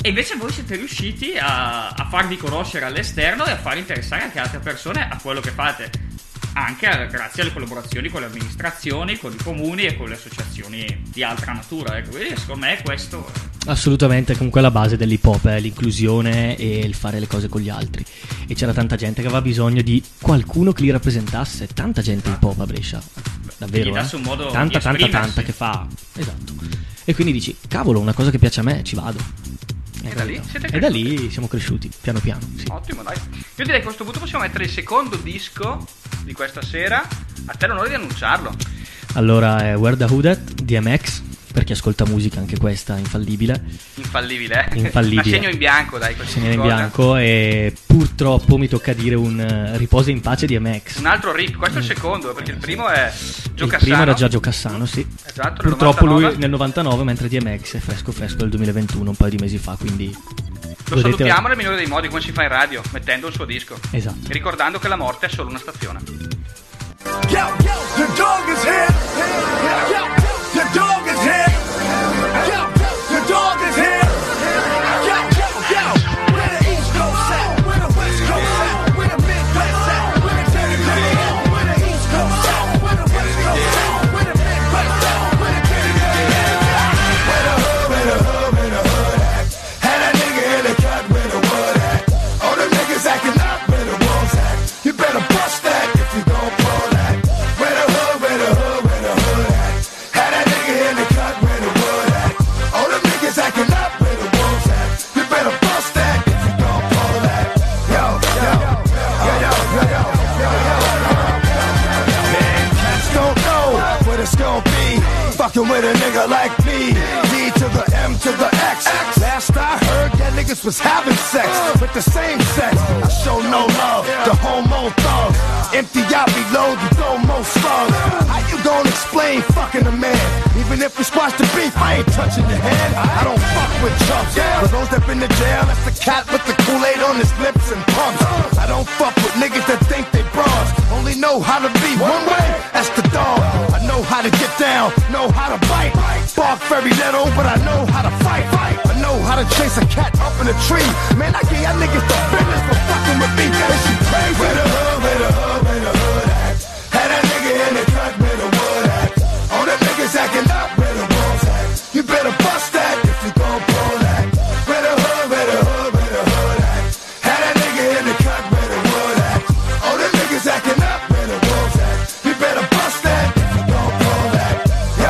E invece voi siete riusciti a farvi conoscere all'esterno e a far interessare anche altre persone a quello che fate, anche grazie alle collaborazioni con le amministrazioni, con i comuni e con le associazioni di altra natura. Quindi secondo me questo assolutamente, comunque la base dell'hip hop è l'inclusione e il fare le cose con gli altri, e c'era tanta gente che aveva bisogno di qualcuno che li rappresentasse, tanta gente hip hop a Brescia, davvero, un modo tanta che fa, esatto, e quindi dici cavolo, una cosa che piace a me, ci vado. E da lì siamo cresciuti piano piano, sì. Ottimo, dai. Io direi che a questo punto possiamo mettere il secondo disco di questa sera. A te l'onore di annunciarlo. Allora è Where the Hood At, DMX, per chi ascolta musica, anche questa infallibile. Infallibile. Infallibile. Ma segno in bianco, dai. Segno in bianco, e purtroppo mi tocca dire un riposa in pace DMX. Un altro rip, questo è il secondo, perché il primo è Joe Cassano. Il primo era già Joe Cassano, sì. Esatto, purtroppo 99. Lui nel 99, mentre DMX è fresco del 2021, un paio di mesi fa, quindi lo salutiamo nel migliore dei modi, come si fa in radio, mettendo il suo disco. Esatto. E ricordando che la morte è solo una stazione. Yo, the dog is here. Yo, the dog is here. Yo, the dog is here. Yo, where the East Coast at? Where the West Coast at? Where the Midwest at? Where the Tennessee at? Where the East Coast at? Where the West Coast at? Where the Midwest at? Where the Tennessee at? Where the hood at? Had a nigga in the cut where the wood at. All the niggas acting up where the wolves at. You better bust that if you gon' pull that. Where the hood at? Had a nigga in the cut where the wood at. All the niggas acting up where the wolves at. You better bust that if you gon' pull that. Yo. Man, cats don't know what it's gon' be. Fucking with a nigga like me. D to the M to the X. Last I heard that niggas was having sex with the same sex. I show no love to homo thugs. Empty out, reload, you throw most slugs. How you gonna explain fucking a man? Even if we squash the beef, I ain't touching your hand. I don't fuck with chumps. For those that been to jail, that's the cat with the Kool-Aid on his lips and pumps. I don't fuck with niggas that think they bras. Only know how to be one way, that's the dog. I know how to get down, know how to bite. Bark very little, but I know how to fight. I know how to chase a cat up in a tree. Man, I give y'all niggas the business for fucking with me. Is you crazy? Where the hood at? Had a nigga in the cut where the wood at. All the niggas acting up where the wolves at. You better bust that if you gon' pull that. Where the hood at? Had a nigga in the cut where the wood at. All the niggas acting up where the wolves at. You better bust that if you gon' pull that. Yo.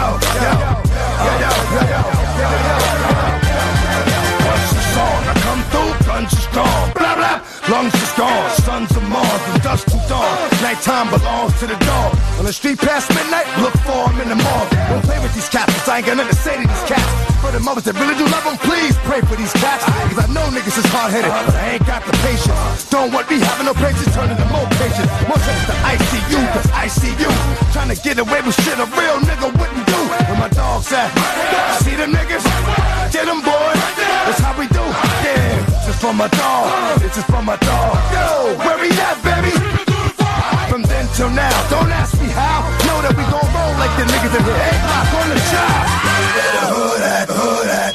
Once it's on, I come through, guns is gone. Blah blah, lungs is gone. Sons of Mars from dusk to dawn. Nighttime belongs to the dog. On the street past midnight, look for him in the mall. Don't play with these cats, 'cause I ain't got nothing to say to these cats. For the mothers that really do love them, please pray for these cats. 'Cause I know niggas is hard-headed, but I ain't got the patience. Don't want me having no patience, turning to more patience. More sense to ICU, 'cause I see you trying to get away with shit a real nigga wouldn't do. Where my dogs at? See them niggas? Get them, boys. That's how we do. Yeah, this is for my dog. This is for my dog. Yo, where we at, baby? From then till now, don't ask me how. Know that we gon' roll like the niggas in here. Hey, lock on the job. Where the hood at?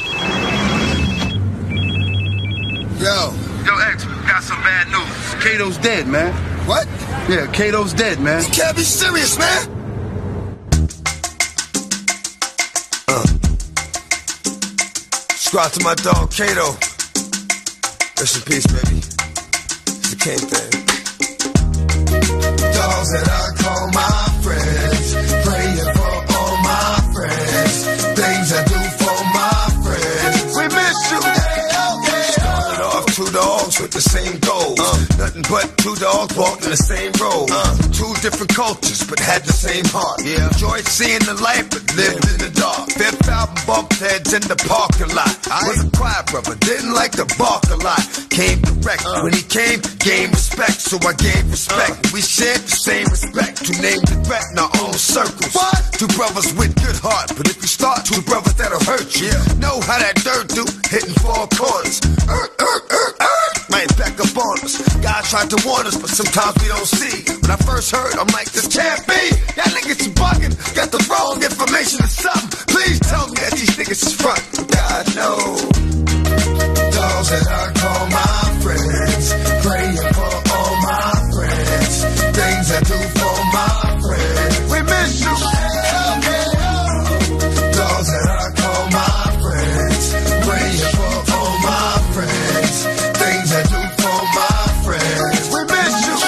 Yo, X, we got some bad news. Kato's dead, man. What? Yeah, Kato's dead, man. You can't be serious, man. Subscribe to my dog, Kato. Rest in peace, baby. It's the king thing. Dogs that I call my friends, praying for all my friends, things I do for my friends. We miss you. Started off two dogs with the same goals. Nothing but two dogs walking the same road. Two different cultures but had the same heart. Enjoyed seeing the light but lived in the dark. Fifth album bumped heads in the parking lot. Was a quiet brother, didn't like to bark a lot. Came correct. When he came, gained respect, so I gave respect. We shared the same respect. Two names and threat in our own circles. Two brothers with good heart, but if you start two brothers that'll hurt you. Know how that dirt do, hitting four corners. Might back up on us. God tried to warn us, but sometimes we don't see. When I first heard, I'm like, this can't be. Y'all niggas you bugging, got the wrong information or something. Please tell me that these niggas is front. God knows. my friends. We miss you. Those that I call my friends. When you for all my friends. Things I do for my friends. We miss you.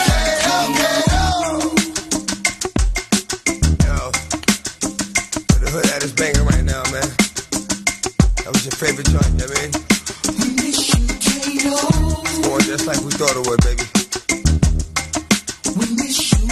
Yo, the hood at is banging right now, man. That was your favorite joint, you know what I mean? We miss you, Kato. It's going just like we thought it would, baby. We miss you,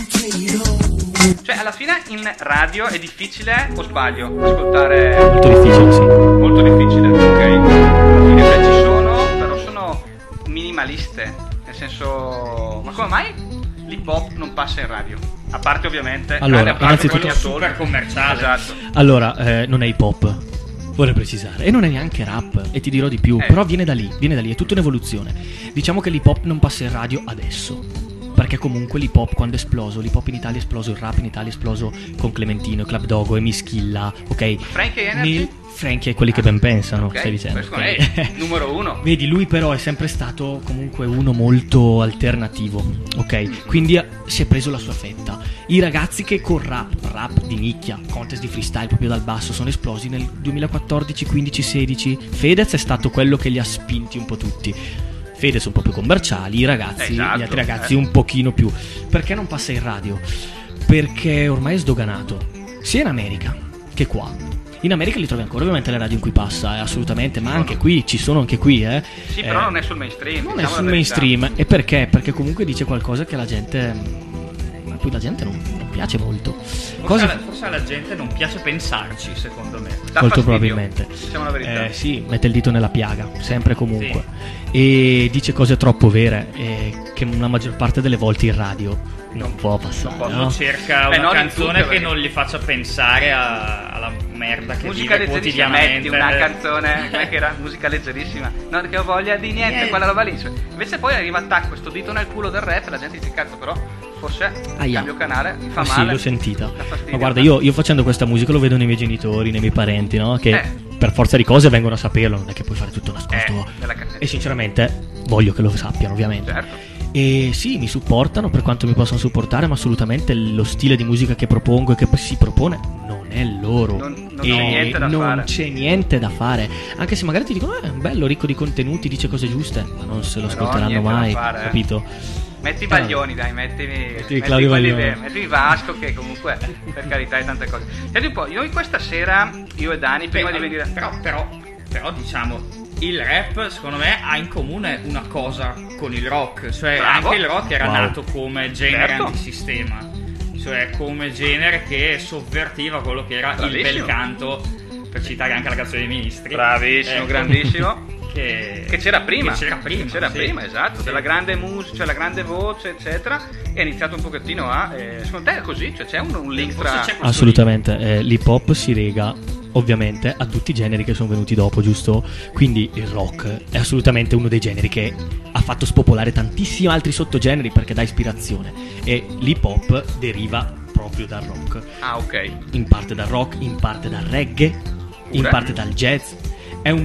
Kato. Cioè, alla fine in radio è difficile, o sbaglio, ascoltare... Molto difficile, sì. Molto difficile, ok. Alla fine ci sono, però sono minimaliste. Nel senso... Ma come mai l'hip hop non passa in radio? A parte ovviamente... Allora, innanzitutto... super commerciale. Esatto. Allora, non è hip hop, vorrei precisare, e non è neanche rap, e ti dirò di più, però viene da lì, è tutta un'evoluzione. Diciamo che l'hip hop non passa in radio adesso, perché comunque l'hip hop quando è esploso, l'hip hop in Italia è esploso, il rap in Italia è esploso con Clementino, Club Dogo e Mischilla, ok? Frankie Energy? Frankie è quelli che ben pensano, Ok, stai dicendo. questo ok? è numero uno. Vedi, lui però è sempre stato comunque uno molto alternativo, ok? Quindi si è preso la sua fetta. I ragazzi che con rap di nicchia, contest di freestyle proprio dal basso, sono esplosi nel 2014, 15, 16. Fedez è stato quello che li ha spinti un po' tutti. Fedez un po' più commerciali, i ragazzi, Esatto, gli altri ragazzi un pochino più. Perché non passa in radio? Perché ormai è sdoganato, sia in America che qua. In America li trovi ancora ovviamente le radio in cui passa, assolutamente, ma anche qui, ci sono anche qui, Sì, però non è sul mainstream. non diciamo è la sul verità. mainstream. E perché? Perché comunque dice qualcosa che la gente, a cui la gente non piace molto. Forse alla gente non piace pensarci, secondo me. Dà Molto fastidio, probabilmente. diciamo la verità. Sì, mette il dito nella piaga, sempre e comunque. E dice cose troppo vere, che la maggior parte delle volte in radio non può passare, no? Cerca Beh, una non in canzone tutte, che non gli faccia pensare alla merda che Musica vive leggerissima, quotidianamente. metti una canzone, come che era? Musica leggerissima. Non che ho voglia di niente, quella roba lì. Invece poi arriva tac, questo dito nel culo del rap e la gente dice cazzo, però forse cambio canale, mi fa male. Sì, l'ho sentita. Dà fastidio. Ma guarda, io facendo questa musica lo vedo nei miei genitori, nei miei parenti, no? Che per forza di cose vengono a saperlo, non è che puoi fare tutto nascosto. E sinceramente voglio che lo sappiano, ovviamente. Certo. E sì, mi supportano per quanto mi possono supportare, ma assolutamente lo stile di musica che propongo e che si propone non è loro. Non c'è niente da non fare. c'è niente da fare. Anche se magari ti dicono è bello, ricco di contenuti, dice cose giuste, ma non se lo Però ascolteranno niente da mai, fare, capito? Metti i Baglioni, dai, metti Claudio quelli Baglioni. veri, metti Vasco, che comunque per carità è tante cose. Senti un po', noi questa sera, io e Dani, prima di venire. Però diciamo, il rap secondo me ha in comune una cosa con il rock, cioè Bravo. anche il rock era Wow. nato come genere Certo. antisistema, cioè come genere che sovvertiva quello che era il Bravissimo. bel canto, per citare anche la canzone dei Ministri. Bravissimo, grandissimo. Che c'era prima. Che c'era prima, esatto, sì. della grande musica, cioè la grande voce, eccetera. E ha iniziato un pochettino a. Secondo te è così? Cioè c'è un link Forse tra. c'è questo Assolutamente, l'hip hop si lega ovviamente a tutti i generi che sono venuti dopo, giusto? Quindi il rock è assolutamente uno dei generi che ha fatto spopolare tantissimi altri sottogeneri perché dà ispirazione, e l'hip hop deriva proprio dal rock, Ah, ok. in parte dal rock, in parte dal reggae, in Pure? parte dal jazz. È un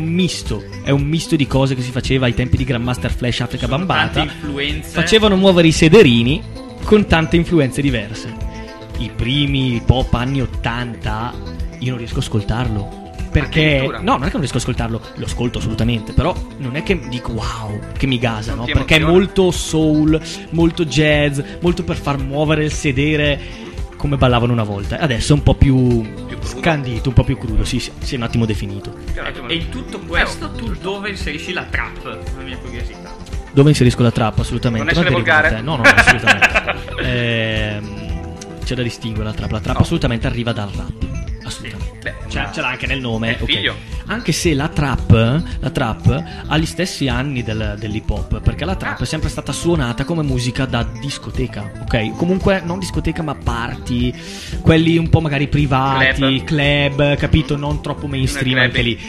misto di cose che si faceva ai tempi di Grandmaster Flash, Africa Sono Bambata. tante influenze. Facevano muovere i sederini con tante influenze diverse. I primi hip hop anni 80 io non riesco a ascoltarlo, perché Addirittura? no, non è che non riesco a ascoltarlo, lo ascolto assolutamente, però non è che dico wow, che mi gasa, Non no? ti Perché è emoziona? molto soul, molto jazz, molto per far muovere il sedere come ballavano una volta. Adesso è un po' più scandito, un po' più crudo, sì, si è un attimo definito. E in tutto questo tu dove inserisci la trap? La mia curiosità. Dove inserisco la trap? Assolutamente. Non essere Ma deriva da volgare? te. No, assolutamente. C'è da distinguere la trap. La trap assolutamente arriva dal rap. Assolutamente. Ce l'ha anche nel nome. È il figlio. Anche se la trap ha gli stessi anni dell'hip hop, perché la trap è sempre stata suonata come musica da discoteca, ok? Comunque non discoteca ma party, quelli un po' magari privati, club, capito? Non troppo mainstream anche lì.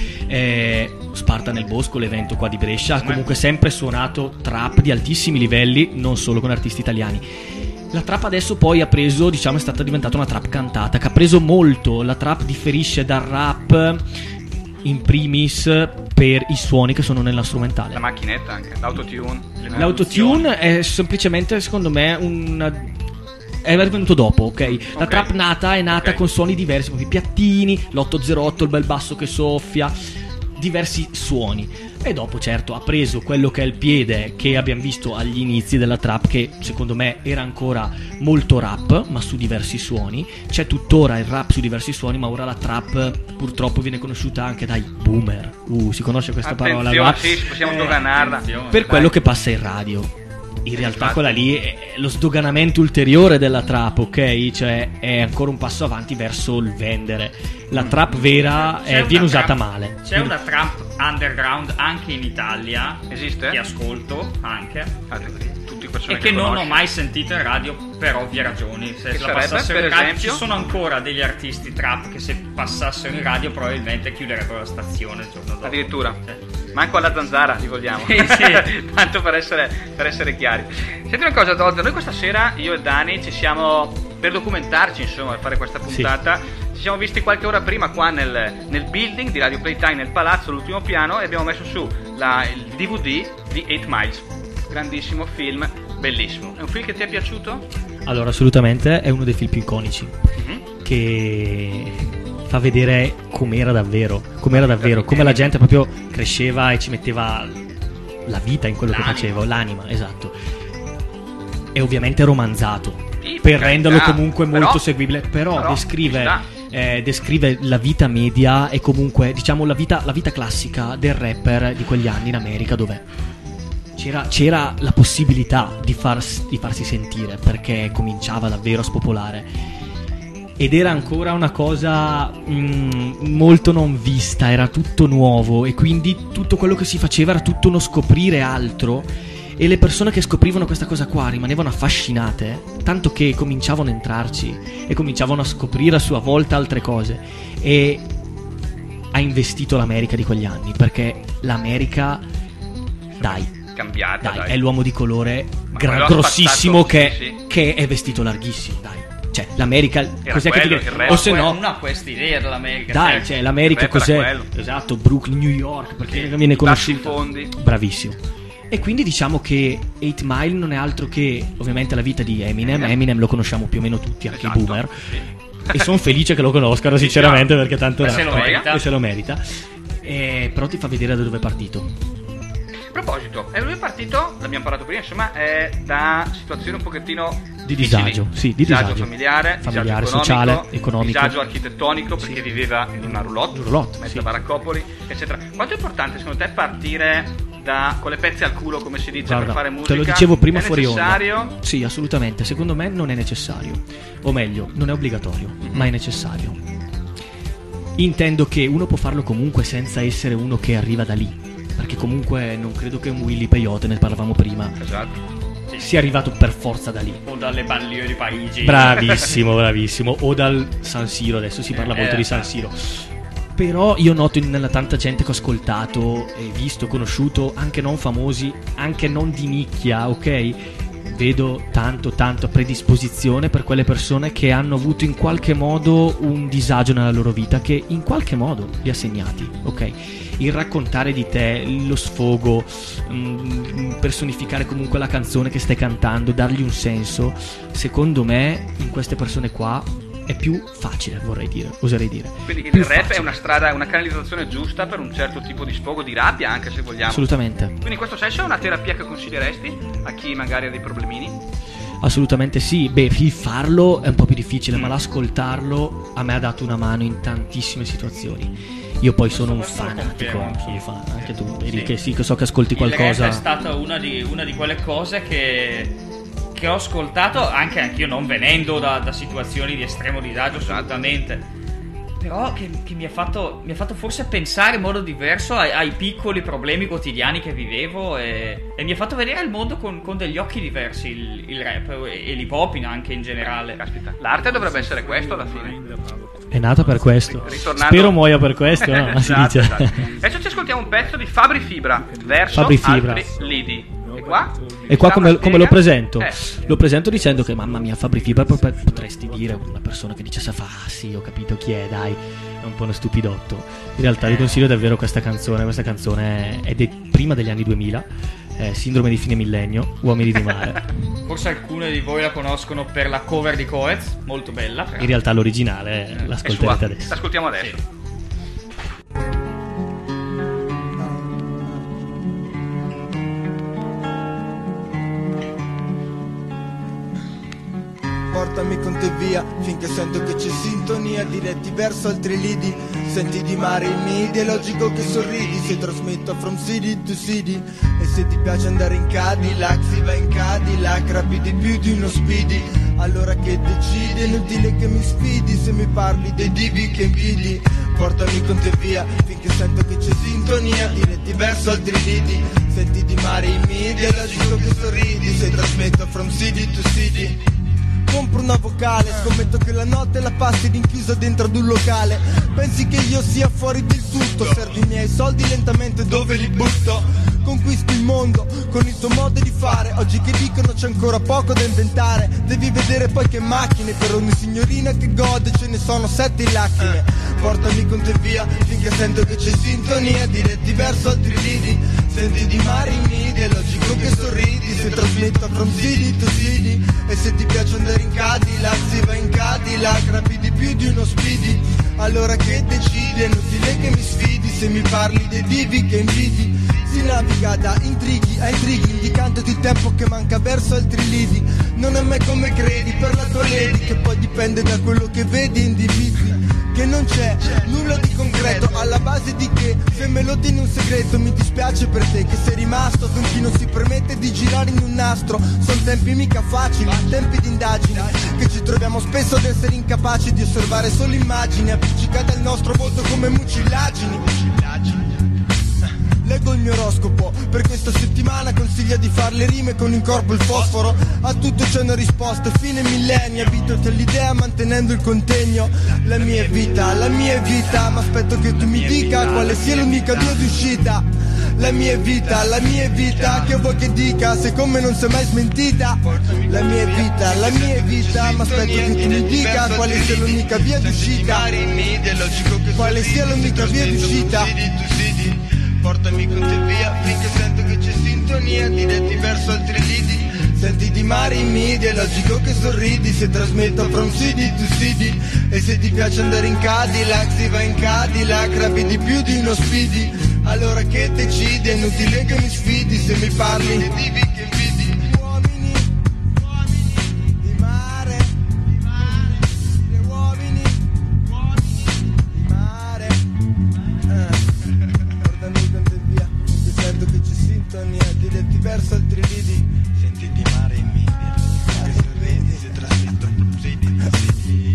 Sparta nel Bosco, l'evento qua di Brescia, ha comunque sempre suonato trap di altissimi livelli, non solo con artisti italiani. La trap adesso poi ha preso, diciamo, è stata diventata una trap cantata, che ha preso molto. La trap differisce dal rap in primis per i suoni che sono nella strumentale. La macchinetta anche, l'autotune. L'autotune è semplicemente, secondo me, è venuto dopo, ok? La trap è nata con suoni diversi, proprio i piattini, l'808, il bel basso che soffia, diversi suoni. E dopo, certo, ha preso quello che è il piede che abbiamo visto agli inizi della trap, che secondo me era ancora molto rap, ma su diversi suoni. C'è tuttora il rap su diversi suoni, ma ora la trap purtroppo viene conosciuta anche dai boomer. Si conosce questa parola? Sì, possiamo doganarla. Per quello che passa in radio. In realtà quella lì è lo sdoganamento ulteriore della trap, ok? Cioè è ancora un passo avanti verso il vendere. La trap vera viene usata male. C'è una trap underground anche in Italia. Esiste? Che ascolto anche. E che non ho mai sentito in radio per ovvie ragioni. Se la passassero in radio, ci sono ancora degli artisti trap che se passassero in radio probabilmente chiuderebbero la stazione il giorno dopo. Addirittura? Manco alla Zanzara li vogliamo. Sì. Tanto per essere chiari. Senti una cosa, Dodder, noi questa sera io e Dani ci siamo, per documentarci insomma, per fare questa puntata, ci siamo visti qualche ora prima qua nel building di Radio Playtime, nel palazzo, l'ultimo piano, e abbiamo messo su il DVD di 8 Miles. Grandissimo film, bellissimo. È un film che ti è piaciuto? Allora, assolutamente, è uno dei film più iconici, che fa vedere com'era davvero, come la gente proprio cresceva e ci metteva la vita in quello che faceva, l'anima, esatto. È ovviamente romanzato, per renderlo comunque molto seguibile, però descrive la vita media e comunque, diciamo, la vita classica del rapper di quegli anni in America, dove c'era la possibilità di farsi sentire, perché cominciava davvero a spopolare. Ed era ancora una cosa molto non vista, era tutto nuovo, e quindi tutto quello che si faceva era tutto uno scoprire altro, e le persone che scoprivano questa cosa qua rimanevano affascinate, tanto che cominciavano a entrarci e cominciavano a scoprire a sua volta altre cose. E ha investito l'America di quegli anni, perché l'America, cambiata, è l'uomo di colore grossissimo che è vestito larghissimo, dai. Cioè, l'America cos'è che ti viene? O se no, uno ha questa idea dell'America. Dai, cioè, l'America cos'è? Esatto, Brooklyn, New York, perché viene conosciuto. Bravissimo. E quindi diciamo che 8 Mile non è altro che, ovviamente, la vita di Eminem. Eminem lo conosciamo più o meno tutti, anche i boomer. E sono felice che lo conoscano, sinceramente, perché tanto se lo merita. Però ti fa vedere da dove è partito. A proposito, lui è partito, l'abbiamo parlato prima, insomma, è da situazione un pochettino di disagio, di disagio familiare, disagio sociale, economico, disagio architettonico, perché viveva in una roulotte, mezzo a Baraccopoli, eccetera. Quanto è importante secondo te partire con le pezze al culo, come si dice, per fare musica? Te lo dicevo prima, è fuori necessario? Onda. Sì, assolutamente. Secondo me non è necessario, o meglio, non è obbligatorio, ma è necessario. Intendo che uno può farlo comunque senza essere uno che arriva da lì, perché comunque non credo che un Willy Peyote, ne parlavamo prima, sia arrivato per forza da lì, o dalle banlieue di Parigi. Bravissimo, o dal San Siro. Adesso si parla molto di San Siro. Però io noto nella tanta gente che ho ascoltato e visto, conosciuto, anche non famosi, anche non di nicchia, ok? Vedo tanta predisposizione per quelle persone che hanno avuto in qualche modo un disagio nella loro vita, che in qualche modo li ha segnati, ok? Il raccontare di te, lo sfogo, personificare comunque la canzone che stai cantando, dargli un senso, secondo me in queste persone qua è più facile, oserei dire. Quindi il rap è una strada, una canalizzazione giusta per un certo tipo di sfogo, di rabbia anche, se vogliamo. Assolutamente. Quindi in questo senso è una terapia che consiglieresti a chi magari ha dei problemini? Assolutamente sì. Beh, farlo è un po' più difficile, ma l'ascoltarlo a me ha dato una mano in tantissime situazioni. Io poi sono un fanatico, anche tu, vedi che so che ascolti qualcosa. Il rap è stata una di quelle cose che ho ascoltato anche anch'io, non venendo da situazioni di estremo disagio, assolutamente, però che mi ha fatto forse pensare in modo diverso ai piccoli problemi quotidiani che vivevo, e mi ha fatto vedere il mondo con degli occhi diversi, il rap e l'hip hop anche in generale. Caspita, l'arte dovrebbe essere questo alla fine. È nata per questo. Spero muoia per questo, no? Esatto. Adesso ci ascoltiamo un pezzo di Fabri Fibra verso altri lidi. E qua come lo presento? Lo presento dicendo che, mamma mia, Fabri Fibra potresti dire una persona che dice sì, ho capito chi è, dai, è un po' uno stupidotto. In realtà vi consiglio davvero questa canzone è prima degli anni 2000, Sindrome di fine millennio, Uomini di mare. Forse alcune di voi la conoscono per la cover di Coez, molto bella. In realtà l'originale l'ascolterete adesso. L'ascoltiamo adesso. Sì. Portami con te via finché sento che c'è sintonia, diretti verso altri lidi. Senti di mare in media, è logico che sorridi se trasmetto from city to city. E se ti piace andare in Cadillac, si va in Cadillac, rapidi più di uno speedy. Allora che decidi, è inutile che mi sfidi se mi parli dei divi che invidi. Portami con te via finché sento che c'è sintonia, diretti verso altri lidi. Senti di mare in media, è logico che sorridi se trasmetto from city to city. Compro una vocale, scommetto che la notte la passi rinchiusa dentro ad un locale. Pensi che io sia fuori del tutto, servi i miei soldi lentamente dove li butto. Conquisto il mondo con il tuo modo di fare. Oggi che dicono c'è ancora poco da inventare. Devi vedere poi che macchine, per ogni signorina che gode ce ne sono 7 in lacrime. Portami con te via finché sento che c'è sintonia, diretti verso altri lidi. Senti di mare in media, è logico che sorridi se trasmetto from city to city. E se ti piace andare in Cadillac, si va in Cadillac, rapidi più di uno speedy. Allora che decidi, è inutile che mi sfidi se mi parli dei divi che invidi. Si naviga da intrighi a intrighi, indicandoti il tempo che manca verso altri lidi. Non è mai come credi per la tua lady, che poi dipende da quello che vedi, individui. Che non c'è nulla di concreto, alla base di che se me lo tieni un segreto. Mi dispiace per te che sei rimasto con chi non si permette di girare in un nastro. Sono tempi mica facili, tempi di indagine, che ci troviamo spesso ad essere incapaci di osservare solo immagini appiccicate al nostro volto come mucillagini. Leggo il mio oroscopo per questa settimana, consiglia di far le rime con in corpo il fosforo. A tutto c'è una risposta, fine millenni, abituati all'idea mantenendo il contegno. La mia vita, ma aspetto che tu mi dica quale sia l'unica via di uscita. La mia vita, che vuoi che dica se con me non sei mai smentita. La mia vita, ma aspetto che tu mi dica quale sia l'unica via di uscita. Quale sia l'unica via di uscita. Portami con te via finché sento che c'è sintonia, diretti verso altri lidi. Senti di mare in media, è logico che sorridi se trasmetto from city to city. E se ti piace andare in Cadillac, si va in Cadillac, rapidi più di uno speedy. Allora che decidi, è inutile che mi sfidi se mi parli dei divi che invidi. Uomini di mare, uomini di mare. Portami con te via finché sento che c'è sintonia, diretti verso altri lidi. Senti di mare in media, che sorridi se trasmetto city to city.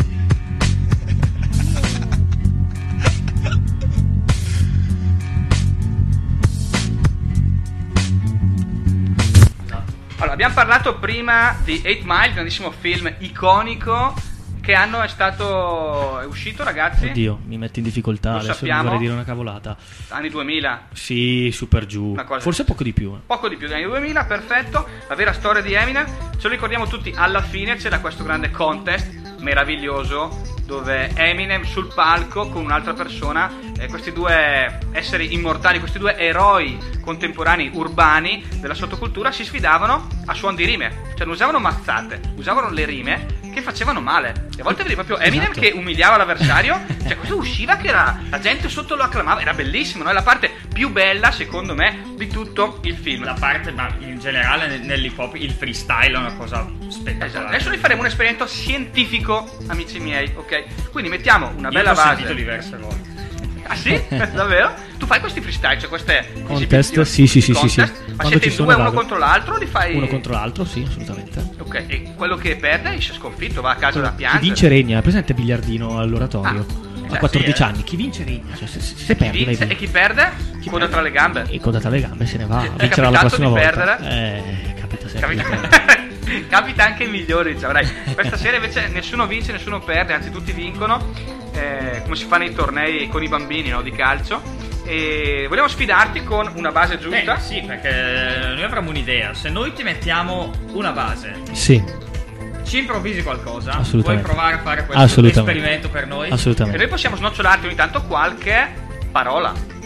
Allora, abbiamo parlato prima di 8 Mile, grandissimo film iconico. Che anno è uscito, ragazzi? Oddio, mi metti in difficoltà, lo adesso sappiamo. vorrei dire una cavolata. Anni 2000? Sì, super giù. Forse poco di più. Poco di più degli anni 2000, perfetto. La vera storia di Eminem, ce lo ricordiamo tutti, alla fine c'era questo grande contest meraviglioso dove Eminem sul palco con un'altra persona, questi due esseri immortali, questi due eroi contemporanei urbani della sottocultura si sfidavano a suon di rime, cioè non usavano mazzate, usavano le rime che facevano male. E a volte vedi proprio Eminem che umiliava l'avversario, cioè questo usciva che era, la gente sotto lo acclamava, era bellissimo, no? È la parte più bella secondo me di tutto il film. La parte, ma in generale nell'hip hop il freestyle è una cosa spettacolare. Esatto. Adesso noi faremo un esperimento scientifico, amici miei, ok? Quindi mettiamo una bella Io base. l'ho sentito diverse volte. Ah sì? Davvero? Tu fai questi freestyle, cioè queste contest? Sì. Ma siete in due uno contro l'altro o li fai? Uno contro l'altro, sì, assolutamente. Ok, e quello che perde esce sconfitto, va a casa da piangere. Chi vince regna, è presente biliardino all'oratorio? A 14 sì, anni, chi vince regna, cioè se perdi vai via. E chi perde? Coda tra le gambe. E coda tra le gambe se ne va, vincerà la prossima volta. Perdere? Capita sempre. Capita anche ai migliori, diciamo, dai. Questa sera invece nessuno vince, nessuno perde, anzi tutti vincono, come si fa nei tornei con i bambini, no, di calcio. E vogliamo sfidarti con una base giusta? Sì, perché noi avremo un'idea. Se noi ti mettiamo una base, sì, ci improvvisi qualcosa? Vuoi provare a fare questo esperimento per noi? Assolutamente. E noi possiamo snocciolarti ogni tanto qualche parola.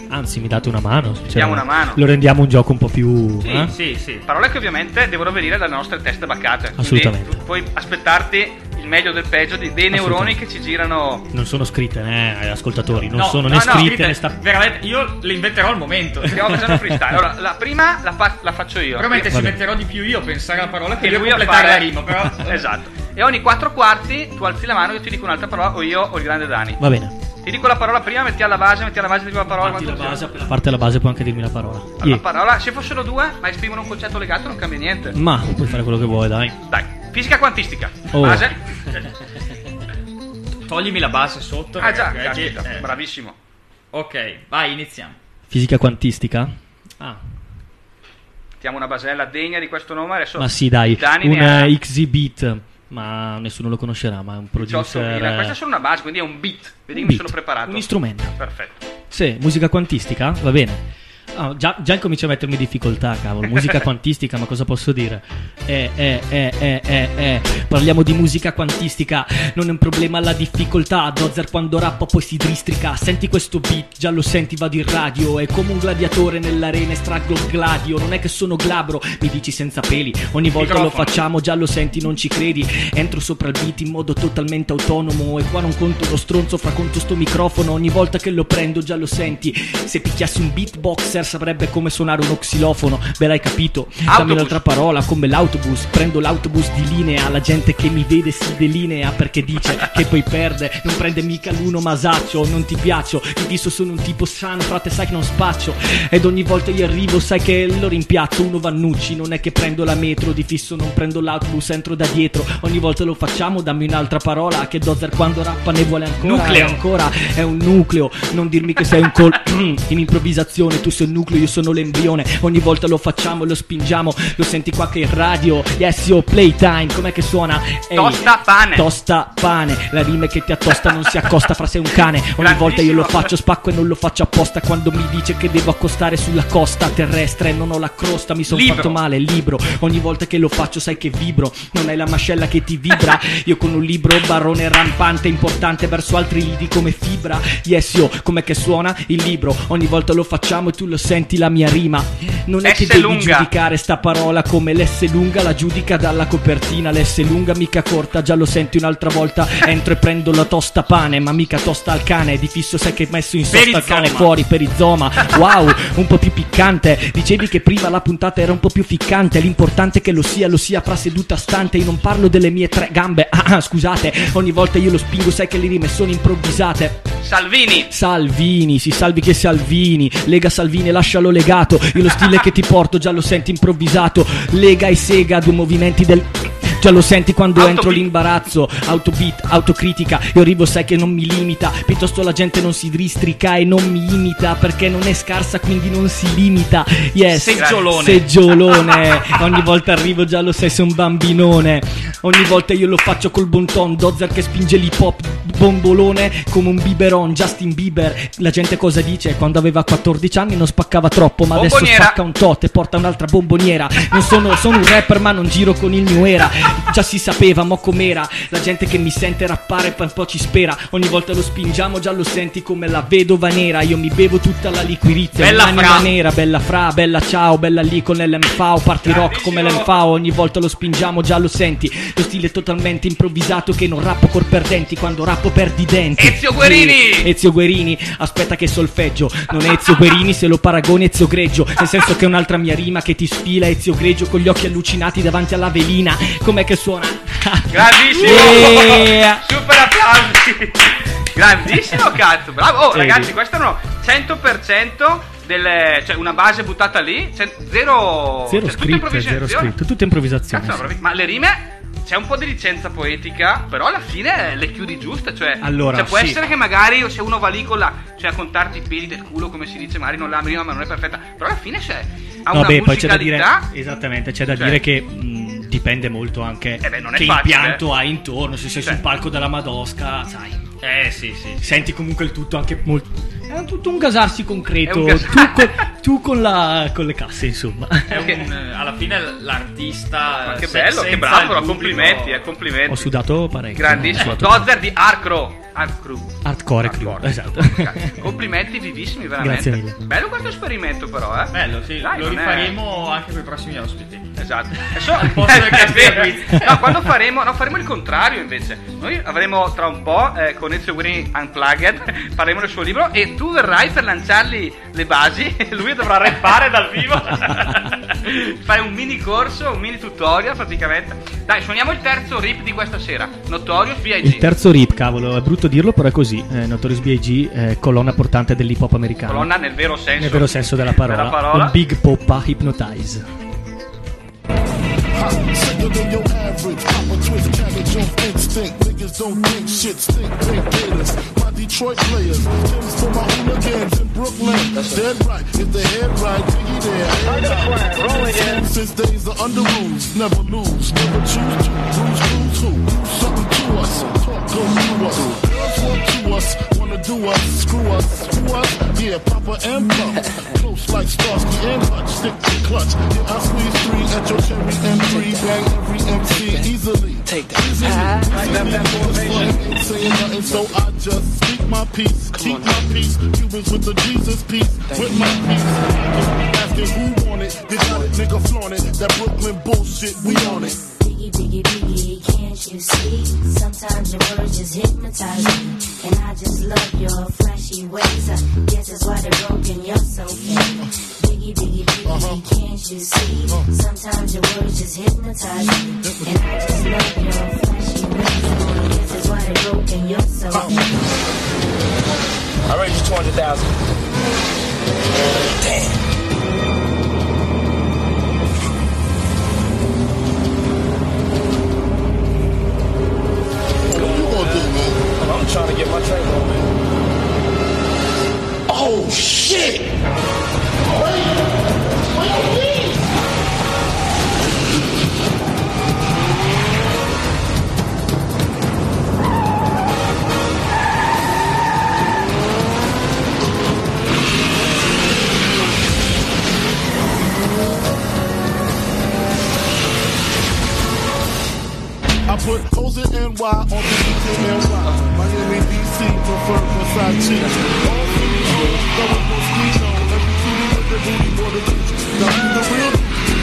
Anzi, mi date una mano. Diamo una mano. Lo rendiamo un gioco un po' più. Sì. Parole che ovviamente devono venire dalle nostre teste baccate. Assolutamente. Tu puoi aspettarti il meglio del peggio dei neuroni che ci girano. Non sono scritte, agli ascoltatori. Non sono né scritte né veramente, io le inventerò al momento. Stiamo facendo freestyle. Allora, la prima la faccio io. Probabilmente ci metterò di più io a pensare alla parola che devo completare la rima, però. Esatto. E ogni 4 quarti tu alzi la mano, io ti dico un'altra parola, o io o il grande Dani. Va bene. Ti dico la parola prima, metti alla base, dico la parola. Per la parte della base puoi anche dirmi la parola. La parola, se fossero 2, ma esprimono un concetto legato, non cambia niente. Ma puoi fare quello che vuoi, dai. Fisica quantistica. Base. Toglimi la base sotto. Ah già, caspita, bravissimo. Ok, vai, iniziamo. Fisica quantistica? Mettiamo una basella degna di questo nome adesso. Ma sì, dai, Dani un XZ-Beat. Ma nessuno lo conoscerà, ma è un producer. Questa è solo una base, quindi è un beat. Vedi che mi sono preparato. Un strumento. Perfetto. Sì, musica quantistica? Va bene. Già incomincio a mettermi in difficoltà, cavolo. Musica quantistica, ma cosa posso dire? Parliamo di musica quantistica. Non è un problema la difficoltà. Dozer quando rappa poi si districa. Senti questo beat, già lo senti, vado in radio. È come un gladiatore nell'arena, estraggo il gladio. Non è che sono glabro, mi dici senza peli. Ogni volta lo facciamo, già lo senti, non ci credi. Entro sopra il beat in modo totalmente autonomo. E qua non conto lo stronzo, fra conto sto microfono. Ogni volta che lo prendo già lo senti. Se picchiassi un beatboxer saprebbe come suonare un xilofono. Beh, l'hai capito. Dammi un'altra parola, come l'autobus. Prendo l'autobus di linea, la gente che mi vede si delinea perché dice che poi perde. Non prende mica l'uno masaccio, non ti piaccio. Ti disso sono un tipo sano, frate sai che non spaccio. Ed ogni volta io arrivo sai che lo rimpiazzo. Uno Vannucci, non è che prendo la metro. Di fisso non prendo l'autobus, entro da dietro. Ogni volta lo facciamo, dammi un'altra parola. Che Dozer quando rappa ne vuole ancora. Nucleo. Ancora è un nucleo. Non dirmi che sei un in improvvisazione. Tu sei il nucleo, io sono l'embrione. Ogni volta lo facciamo, lo spingiamo. Lo senti qua che in radio. Yes, yo, playtime. Com'è che suona? Tosta pane. Tosta pane. La rima che ti attosta non si accosta fra sei un cane. Ogni volta io lo faccio, spacco e non lo faccio apposta. Quando mi dice che devo accostare sulla costa terrestre, non ho la crosta, mi sono fatto male. Libro. Ogni volta che lo faccio sai che vibro. Non hai la mascella che ti vibra. Io con un libro barone rampante, importante verso altri lidi come fibra. Yes, yo, com'è che suona il libro? Ogni volta lo facciamo e tu lo senti la mia rima. Non è che devi giudicare sta parola come l'S lunga, la giudica dalla copertina. L'S lunga mica corta, già lo senti un'altra volta. Entro e prendo la tosta pane, ma mica tosta al cane. Di fisso sai che hai messo in sosta il cane fuori perizoma. Wow, un po' più piccante. Dicevi che prima la puntata era un po' più ficcante. L'importante è che lo sia fra seduta stante. Io non parlo delle mie 3 gambe. Scusate, ogni volta io lo spingo, sai che le rime sono improvvisate. Salvini, si salvi che Salvini. Lega Salvini, lascialo legato. Io lo stile che ti porto già lo senti improvvisato. Lega e sega, 2 movimenti del... Già lo senti quando entro l'imbarazzo. Autobeat, autocritica. Io arrivo sai che non mi limita. Piuttosto la gente non si districa e non mi imita, perché non è scarsa quindi non si limita. Yes, seggiolone. Ogni volta arrivo già lo sai sei un bambinone. Ogni volta io lo faccio col bon ton. Dozer che spinge l'hip hop bombolone come un biberon. Justin Bieber. La gente cosa dice? Quando aveva 14 anni non spaccava troppo, ma adesso spacca un tot e porta un'altra bomboniera. Non sono un rapper ma non giro con il New Era. Già si sapeva, mo com'era. La gente che mi sente rappare un po' ci spera. Ogni volta lo spingiamo, già lo senti come la vedova nera. Io mi bevo tutta la liquirizia. Bella fra nera, bella fra, bella ciao, bella lì con l'MFAO. Party rock come l'MFAO. Ogni volta lo spingiamo, già lo senti. Lo stile totalmente improvvisato che non rappo col perdenti. Quando rappo perdi i denti. Ezio Guerini, aspetta che solfeggio. Non è Ezio Guerini se lo paragoni Ezio Greggio. Nel senso che è un'altra mia rima che ti sfila. Ezio Greggio con gli occhi allucinati davanti alla velina. Com'è che suona? Grandissimo! Super applausi! Grandissimo cazzo, bravo! Oh ragazzi, questo erano 100% delle... cioè una base buttata lì, zero scritto, tutta improvvisazione. Cazzo, sì. Ma le rime... C'è un po' di licenza poetica, però alla fine le chiudi giuste, cioè, allora, può essere che magari se uno va lì con cioè a contarti i peli del culo, come si dice, magari non la rima ma non è perfetta, però alla fine ha una musicalità. Poi c'è da dire, esattamente, c'è da dire che dipende molto anche che impianto hai intorno, se sei sul palco della Madosca, sai. Sì. Senti comunque il tutto anche molto È tutto un gasarsi concreto, tu con le casse, insomma. Alla fine l'artista. Ma che bello, che bravo, complimenti. Ho sudato parecchio. Grandissimo. Dozer di Hardcore Crew. Esatto. Complimenti vivissimi, veramente. Grazie mille. Bello questo esperimento, però, eh. Bello, sì. Dai, lo rifaremo anche per i prossimi ospiti. Esatto. No, quando faremo il contrario, invece. Noi avremo tra un po' con Ezio Guerini Unplugged, faremo del suo libro e tu verrai per lanciargli le basi e lui dovrà rappare dal vivo. Fai un mini corso, un mini tutorial praticamente. Dai, suoniamo il terzo rip di questa sera, Notorious B.I.G. Il terzo rip, cavolo, è brutto dirlo, però è così. Notorious B.I.G. Colonna portante dell'hip hop americano. Colonna nel vero senso. Nel vero senso della parola. Un Big Poppa Hypnotize. Sicker than your average, pop a twist cabbage on instinct. Niggas don't think shit, stink pink gators. My Detroit players, Tim's for my hooligans in Brooklyn. That's dead right, if the head right, Biggie there. Rolling in. Since days are under rules, never lose, never choose to. Bruise, who? Something to us, talk go through us. Girls want to us, wanna do us, screw us, who us? Yeah, Papa and Pump. Close like Starsky and Hutch, stick to clutch. Yeah, I squeeze 3 at your cherry M3, bang every MC easily. Take that. Ain't saying nothing, so I just speak my peace, keep my peace. Cubans with the Jesus peace, with my peace. Asking who want it, you got it, nigga flaunt it. That Brooklyn bullshit, we on it. Biggie, biggie, biggie, can't you see? Sometimes your words just hypnotize me, and I just love your flashy ways. I guess that's why they're broken, you're so fake. Biggie, biggie, biggie, can't you see? Sometimes your words just hypnotize me, and I just love your flashy ways. I guess that's why they're broken, you're so fake. I raised you 200,000. Damn. I'm trying to get my train on, man. Oh, shit! I put Cozy NY on the DKNY. Miami, DC, prefer Versace. All cities, double mosquito. Every city with their booty for the beach. Now you the real.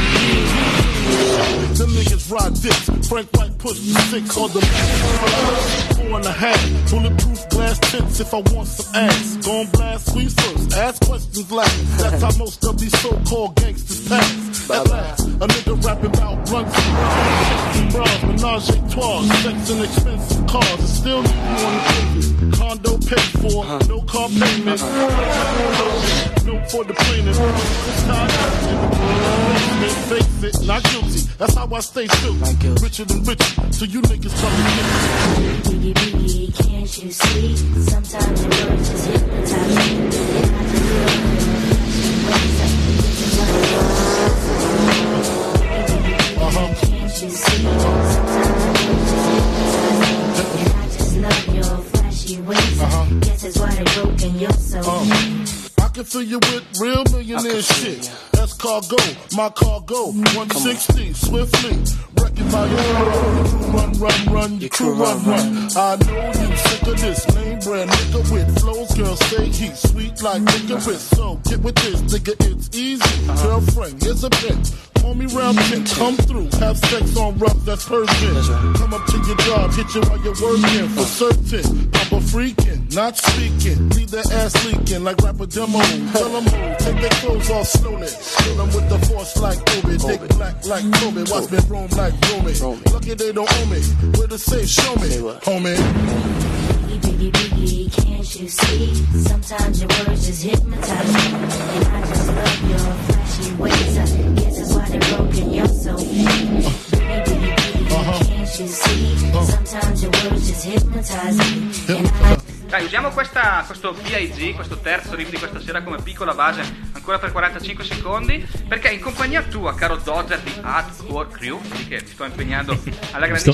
Them niggas ride dicks. Frank White push the 6 on the back. 4.5. Bulletproof glass tips if I want some ass. Gon' blast squeeze first. Ask questions last. That's how most of these so-called gangsters pass. At last, a nigga rapping about runs and bras, menage a trois, sex and expensive cars. And still leave you on the pavement. Condo paid for, no car payment. No for the plaintiff. Face it, not guilty. That's how I stay true. Richer than richer, so you niggas come and get me. Biggie, biggie, can't you see? Sometimes your words just hypnotize me, and I just love your flashy ways. Guess that's why they're broken, you're so I can fill you with real millionaire shit. That's cargo, my cargo. 160, swiftly. Wrecking my own. Run, your crew run. I know you sick of this name brand nigga with flows. Girl, stay heat, sweet like licorice. So get with this, nigga, it's easy. Girlfriend, here's a bitch. Call me round 10, come through. Have sex on rough, that's Persian. Come up to your job, hit you while you're working. For certain, I'm a freaking, not speaking. Leave that ass leaking like rapper demo. Tell them who, take their clothes off slowly. Kill them with the force like Obi. Dick black like Toby. Watch me roam like Romy. Lucky they don't owe me. Where to say, show me, homie. Biggie, biggie, can't you see? Sometimes your words just hypnotize me, and I just love your flashy ways. I guess that's why they're broken, you're so fake. Biggie, biggie, can't you see? Sometimes your words just hypnotize me, and I... Dai, usiamo questo B.I.G., questo terzo riff di questa sera come piccola base ancora per 45 secondi, perché in compagnia tua, caro Dozer di Hardcore Crew, che ti sto impegnando alla grandissima,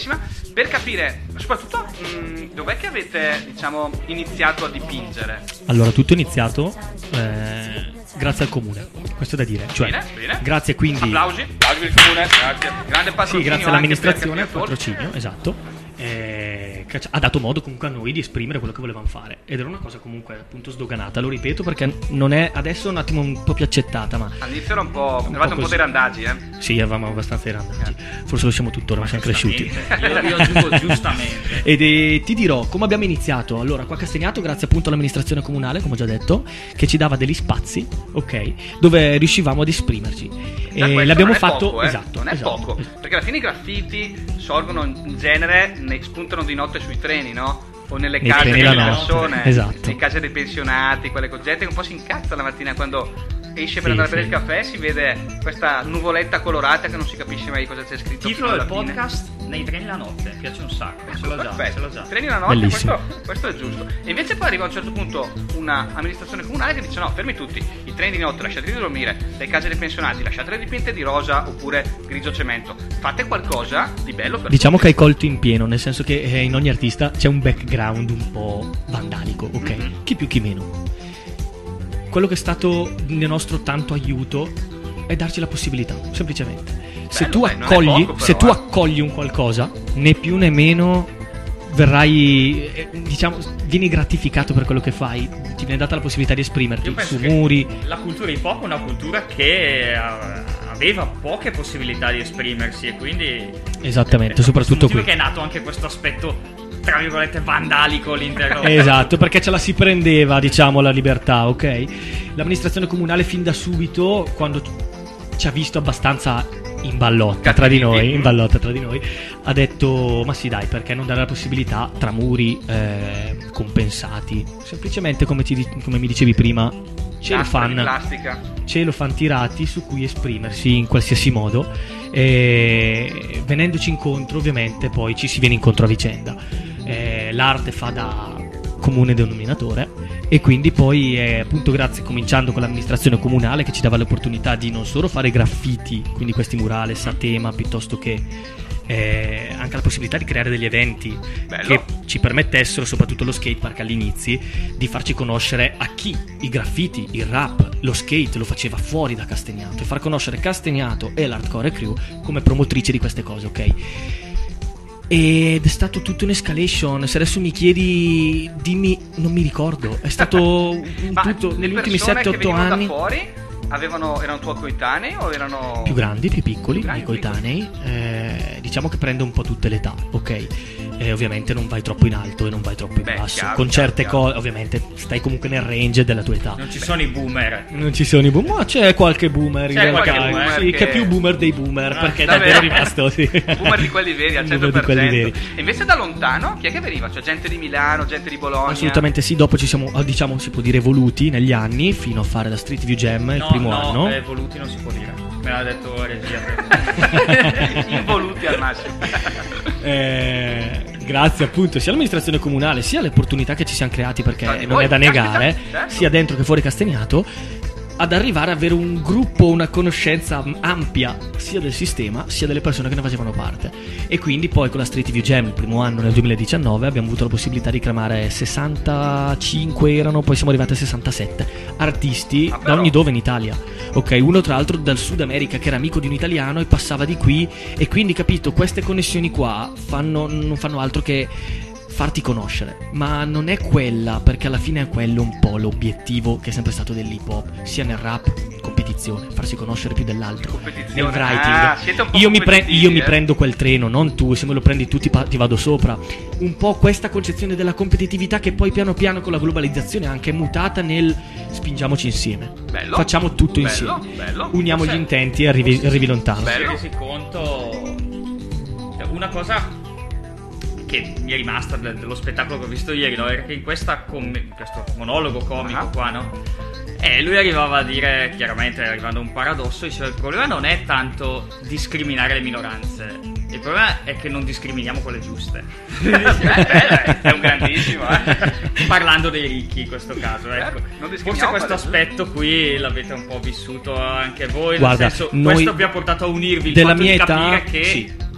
per capire, soprattutto, dov'è che avete, diciamo, iniziato a dipingere? Allora, tutto è iniziato grazie al comune, questo è da dire. Cioè, bene. grazie quindi. Applausi per il comune, grazie. Grande patrocinio. Sì, grazie all'amministrazione, anche per patrocinio, esatto. Che ha dato modo comunque a noi di esprimere quello che volevamo fare, ed era una cosa comunque appunto sdoganata, lo ripeto, perché non è adesso un attimo un po' più accettata, ma all'inizio era eravate un po' dei randaggi, Sì, eravamo abbastanza dei randaggi, forse lo siamo tuttora, ma siamo cresciuti. Io aggiungo giustamente. Ed ti dirò come abbiamo iniziato. Allora, qua a Castagnato, grazie appunto all'amministrazione comunale, come ho già detto, che ci dava degli spazi, ok, dove riuscivamo ad esprimerci. E l'abbiamo fatto poco, esatto, non è poco, perché alla fine i graffiti sorgono in genere, spuntano di notte sui treni, no? O nelle case delle persone, esatto. nelle case dei pensionati, quelle gente che un po' si incazza la mattina quando esce per andare a bere il caffè, si vede questa nuvoletta colorata che non si capisce mai cosa c'è scritto. Titolo del podcast: Nei treni la notte, mi piace un sacco. Ce l'ho già. Treni la notte, questo è giusto. E invece poi arriva a un certo punto una amministrazione comunale che dice: no, fermi tutti, i treni di notte lasciateli dormire, le case dei pensionati lasciatele dipinte di rosa oppure grigio cemento, fate qualcosa di bello per diciamo tutti. che hai colto in pieno, nel senso che in ogni artista c'è un background un po' vandalico, ok? Chi più chi meno. Quello che è stato nel nostro tanto aiuto è darci la possibilità, semplicemente. Se tu accogli un qualcosa, né più né meno verrai, diciamo, vieni gratificato per quello che fai, ti viene data la possibilità di esprimerti su muri. La cultura hip hop è una cultura che aveva poche possibilità di esprimersi, e quindi esattamente, soprattutto qui che è nato anche questo aspetto tra virgolette vandalico all'interno. Esatto, perché ce la si prendeva, diciamo, la libertà, ok? L'amministrazione comunale fin da subito, quando ci ha visto abbastanza in ballotta tra di noi, ha detto: ma sì, dai, perché non dare la possibilità tra muri compensati? Semplicemente, come mi dicevi prima, celofan tirati su cui esprimersi in qualsiasi modo, e venendoci incontro ovviamente poi ci si viene incontro a vicenda. L'arte fa da comune denominatore, e quindi poi appunto grazie, cominciando con l'amministrazione comunale, che ci dava l'opportunità di non solo fare graffiti, quindi questi murales a tema, piuttosto che anche la possibilità di creare degli eventi che ci permettessero, soprattutto lo skatepark all'inizio, di farci conoscere a chi i graffiti, il rap, lo skate lo faceva fuori da Castagnato, e far conoscere Castagnato e l'Hardcore Crew come promotrice di queste cose, ok? Ed è stato tutto un'escalation. Se adesso mi chiedi, dimmi, non mi ricordo. È stato tutto negli ultimi 7-8 anni. Da fuori erano tuoi coetanei o erano più grandi, più piccoli, i coetanei? Diciamo che prende un po' tutte le età, ok? Ovviamente non vai troppo in alto e non vai troppo in basso. Chiaro, con certe cose, ovviamente stai comunque nel range della tua età. Non ci sono i boomer. Ma c'è qualche boomer in realtà, che è più boomer dei boomer, perché è davvero rimasto, sì. Boomer di quelli veri al 100%. E invece da lontano chi è che veniva? Cioè gente di Milano, gente di Bologna? Assolutamente sì. Dopo ci siamo, diciamo, si può dire, evoluti negli anni fino a fare la Street View Jam il primo anno. No, evoluti non si può dire. Me l'ha detto regia. Involuti al massimo. Grazie appunto sia all'amministrazione comunale sia alle opportunità che ci siamo creati, perché non è da negare, sia dentro che fuori Castagnato, ad arrivare ad avere un gruppo, una conoscenza ampia sia del sistema sia delle persone che ne facevano parte. E quindi poi con la Street View Jam il primo anno, nel 2019, abbiamo avuto la possibilità di chiamare 65 erano, poi siamo arrivati a 67 artisti da ogni dove in Italia, ok? Uno tra l'altro dal Sud America, che era amico di un italiano e passava di qui, e quindi, capito, queste connessioni qua non fanno altro che farti conoscere, ma non è quella, perché alla fine è quello un po' l'obiettivo che è sempre stato dell'hip hop, sia nel rap, competizione, farsi conoscere più dell'altro. Nel writing io mi prendo quel treno, non tu, se me lo prendi tu ti vado sopra. Un po' questa concezione della competitività, che poi piano piano con la globalizzazione anche è mutata nel spingiamoci insieme, facciamo tutto insieme, uniamo gli intenti e arrivi lontano. Se resi conto, una cosa che mi è rimasta dello spettacolo che ho visto ieri, no? Era che in questo monologo comico qua, no? Lui arrivava a dire, chiaramente arrivando a un paradosso, diceva: il problema non è tanto discriminare le minoranze, il problema è che non discriminiamo quelle giuste. È un grandissimo, parlando dei ricchi in questo caso, ecco. Forse questo aspetto qui l'avete un po' vissuto anche voi. Guarda, nel senso, questo vi ha portato a unirvi il della fatto mia di età, capire che sì.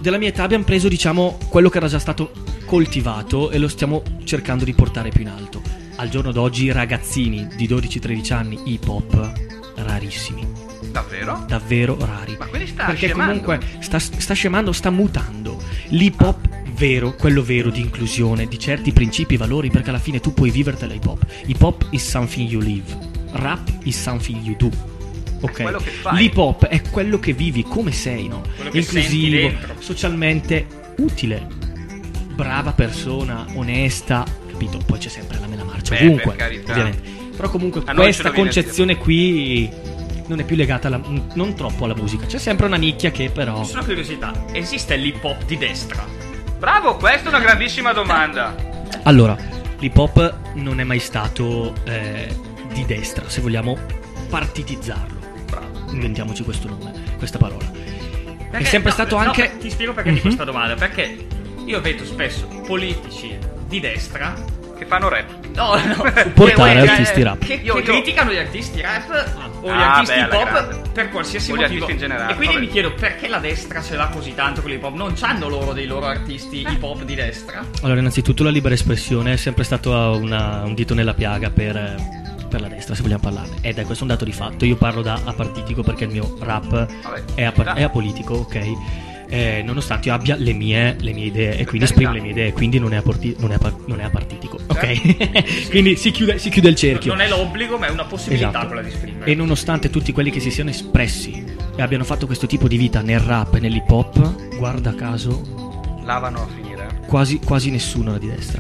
della mia età abbiamo preso, diciamo, quello che era già stato coltivato e lo stiamo cercando di portare più in alto. Al giorno d'oggi ragazzini di 12-13 anni hip hop rarissimi. Davvero? Davvero rari. Ma quindi sta Perché scemando. comunque sta scemando, sta mutando. L'hip hop vero, quello vero di inclusione, di certi principi e valori, perché alla fine tu puoi vivertela hip hop. Hip hop is something you live. Rap is something you do. Ok. quello che fai. L'hip hop è quello che vivi, come sei, no? Quello che senti Inclusivo, dentro. socialmente utile, brava persona, onesta, capito? Poi c'è sempre la mela marcia Beh, ovunque, per carità. ovviamente. Però comunque A noi ce questa lo viene a concezione qui non è più legata non troppo alla musica. C'è sempre una nicchia che però... Giusto una curiosità, esiste l'hip hop di destra? Bravo, questa è una grandissima domanda. Allora, l'hip hop non è mai stato di destra, se vogliamo partitizzarlo. Bravo. Inventiamoci questo nome, questa parola. Perché- è sempre stato anche... ti spiego perché di questa domanda. Perché io vedo spesso politici di destra che fanno rap. No, Supportare artisti rap. Che Io- criticano gli artisti rap o gli Ah, artisti beh, hip alla hop grande. per qualsiasi O gli motivo. artisti in generale, E quindi vabbè. mi chiedo perché la destra ce l'ha così tanto con l'hip hop. Non c'hanno loro dei loro artisti hip hop di destra? Allora, innanzitutto la libera espressione è sempre stato un dito nella piaga per la destra, se vogliamo parlarne. Ed è questo un dato di fatto. Io parlo da apartitico perché il mio rap Vabbè, è apolitico, ok? Nonostante io abbia le mie idee e quindi carità. esprimo le mie idee, quindi non è apartitico, ok? Quindi si chiude il cerchio. Non è l'obbligo, ma è una possibilità Esatto. quella di esprimere. E nonostante tutti quelli che si siano espressi e abbiano fatto questo tipo di vita nel rap e nell'hip hop, guarda caso, Lavano a finire. quasi nessuno era di destra.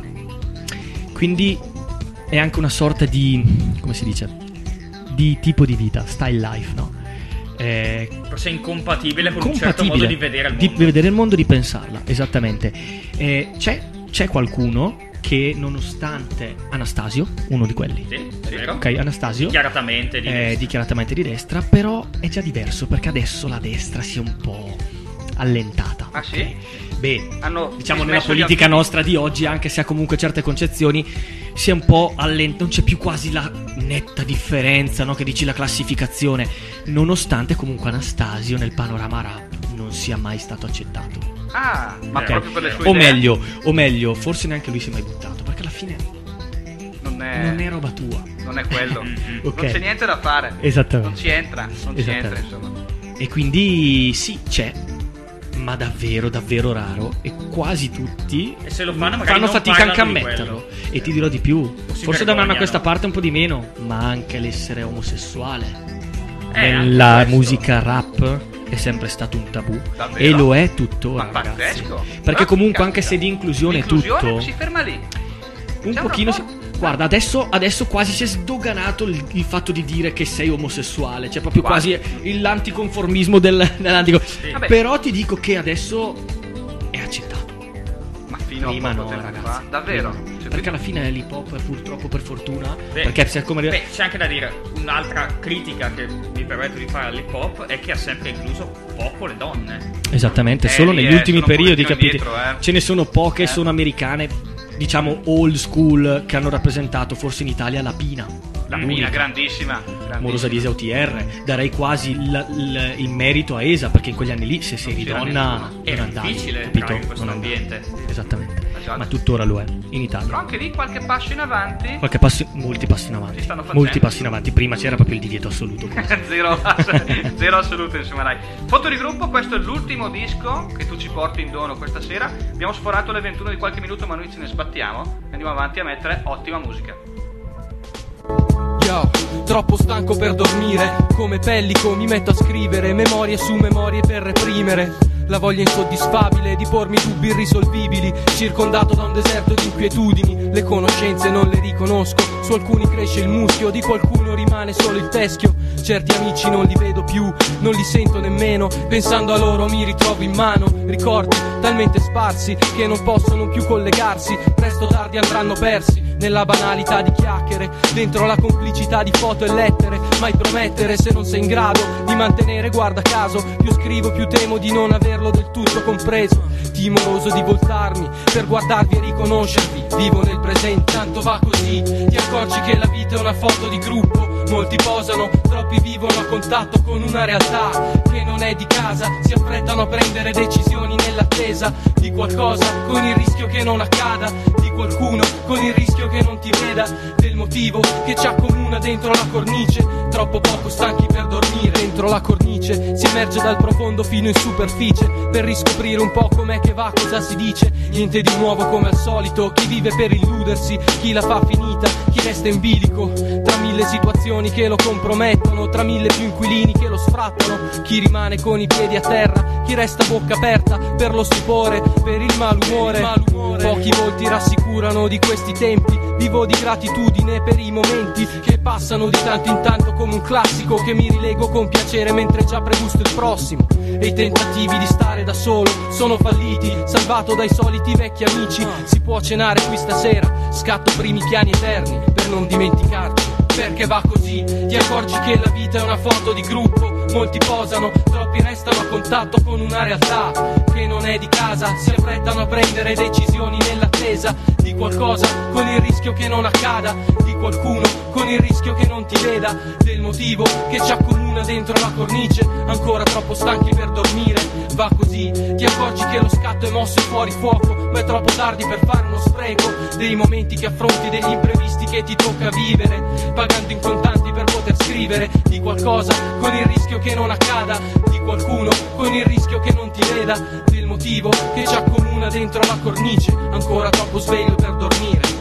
Quindi è anche una sorta di, come si dice, di tipo di vita, style life, no? Forse è incompatibile con un certo modo di vedere il mondo. Di vedere il mondo, di pensarla, esattamente. C'è qualcuno che, nonostante Anastasio, uno di quelli, Sì, è vero. ok, Anastasio Dichiaratamente di destra. dichiaratamente di destra, però è già diverso perché adesso la destra si è un po' allentata. Ah, sì? Beh, Hanno diciamo nella dismesso gli politica altri- nostra di oggi, anche se ha comunque certe concezioni, si è un po' allentata, non c'è più quasi la netta differenza, no? Che dici la classificazione, nonostante comunque Anastasio nel panorama rap non sia mai stato accettato. Ah, ma Ok? proprio per le sue O idee? meglio, forse neanche lui si è mai buttato, perché alla fine Non non è roba tua. Non è quello. Ok. Non c'è niente da fare. Esattamente. Non ci entra, Esattamente. insomma. E quindi sì, c'è, ma davvero davvero raro, e quasi tutti E se lo fanno, magari non fatica anche a parlano di metterlo. quello. E ti dirò di più, si forse da una vergognano. questa parte un po' di meno, ma anche l'essere omosessuale Anche nella questo. musica rap è sempre stato un tabù. Davvero? E lo è tuttora, Ma ragazzi. pazzesco. Perché Ah, comunque caspita. anche se di inclusione è L'inclusione tutto, si ferma lì. un Sembra pochino un po'- guarda, adesso quasi si è sdoganato il fatto di dire che sei omosessuale, cioè proprio Quasi. quasi l'anticonformismo dell'antico. Vabbè. Però ti dico che adesso è accettato. Ma fino Prima a no, poco tempo ragazzi. fa. Davvero? Prima no. Cioè, Perché alla fine l'hip hop, purtroppo, per fortuna, Beh, perché se come beh, c'è anche da dire, un'altra critica che mi permetto di fare all'hip hop è che ha sempre incluso poco le donne. esattamente, solo lì, negli ultimi sono un periodi, pochettino capite? indietro, Ce ne sono poche, sono americane, diciamo old school, che hanno rappresentato forse in Italia la Pina. La L'unica. mina grandissima. Morosa Diesa OTR, darei quasi il merito a Esa, perché in quegli anni lì se sei c'era donna nessuno. È non andavi, difficile capito? entrare in questo Non andavi. ambiente. Esattamente, Esatto. ma tuttora lo è in Però Italia. anche lì qualche passo in avanti. Molti passi in avanti. Si stanno facendo. Molti passi in avanti. Prima c'era proprio il divieto assoluto. zero assoluto, insomma, dai. Foto di gruppo, questo è l'ultimo disco che tu ci porti in dono questa sera. Abbiamo sforato le 21 di qualche minuto, ma noi ce ne sbattiamo e andiamo avanti a mettere ottima musica. Yo, troppo stanco per dormire, come Pellico mi metto a scrivere memorie su memorie per reprimere la voglia insoddisfabile di pormi dubbi irrisolvibili, circondato da un deserto di inquietudini. Le conoscenze non le riconosco, su alcuni cresce il muschio, di qualcuno rimane solo il teschio. Certi amici non li vedo più, non li sento nemmeno, pensando a loro mi ritrovo in mano ricordi talmente sparsi che non possono più collegarsi, presto o tardi andranno persi nella banalità di chiacchiere, dentro la complicità di foto e lettere. Mai promettere se non sei in grado di mantenere, guarda caso. Più scrivo più temo di non averlo del tutto compreso, timoroso di voltarmi per guardarvi e riconoscervi. Vivo nel presente, tanto va così. Ti accorgi che la vita è una foto di gruppo. Molti posano, troppi vivono a contatto con una realtà che non è di casa. Si affrettano a prendere decisioni nell'attesa di qualcosa, con il rischio che non accada, di qualcuno, con il rischio che non ti veda, del motivo che ci accomuna dentro la cornice. Troppo poco stanchi per dormire. Dentro la cornice si emerge dal profondo fino in superficie, per riscoprire un po' com'è che va, cosa si dice. Niente di nuovo come al solito. Chi vive per illudersi, chi la fa finita, chi resta in bilico tra mille situazioni che lo compromettono, tra mille più inquilini che lo sfrattano. Chi rimane con i piedi a terra, chi resta a bocca aperta per lo stupore, per il malumore. Pochi volti rassicurano di questi tempi. Vivo di gratitudine per i momenti che passano di tanto in tanto, come un classico che mi rilego con piacere mentre già pregusto il prossimo. E i tentativi di stare da solo sono falliti, salvato dai soliti vecchi amici. Si può cenare qui stasera, scatto primi piani eterni per non dimenticarci, perché va così. Ti accorgi che la vita è una foto di gruppo. Molti posano, troppi restano a contatto con una realtà che non è di casa. Si affrettano a prendere decisioni nell'attesa di qualcosa, con il rischio che non accada, di qualcuno, con il rischio che non ti veda, del motivo che ci accomuna dentro la cornice. Ancora troppo stanchi per dormire, va così. Ti accorgi che lo scatto è mosso e fuori fuoco, ma è troppo tardi per fare uno spreco dei momenti che affronti, degli imprevisti che ti tocca vivere, pagando in contanti per poter scrivere di qualcosa, con il rischio che non accada, di qualcuno, con il rischio che non ti veda, del motivo che ci accomuna dentro la cornice. Ancora troppo sveglio per dormire.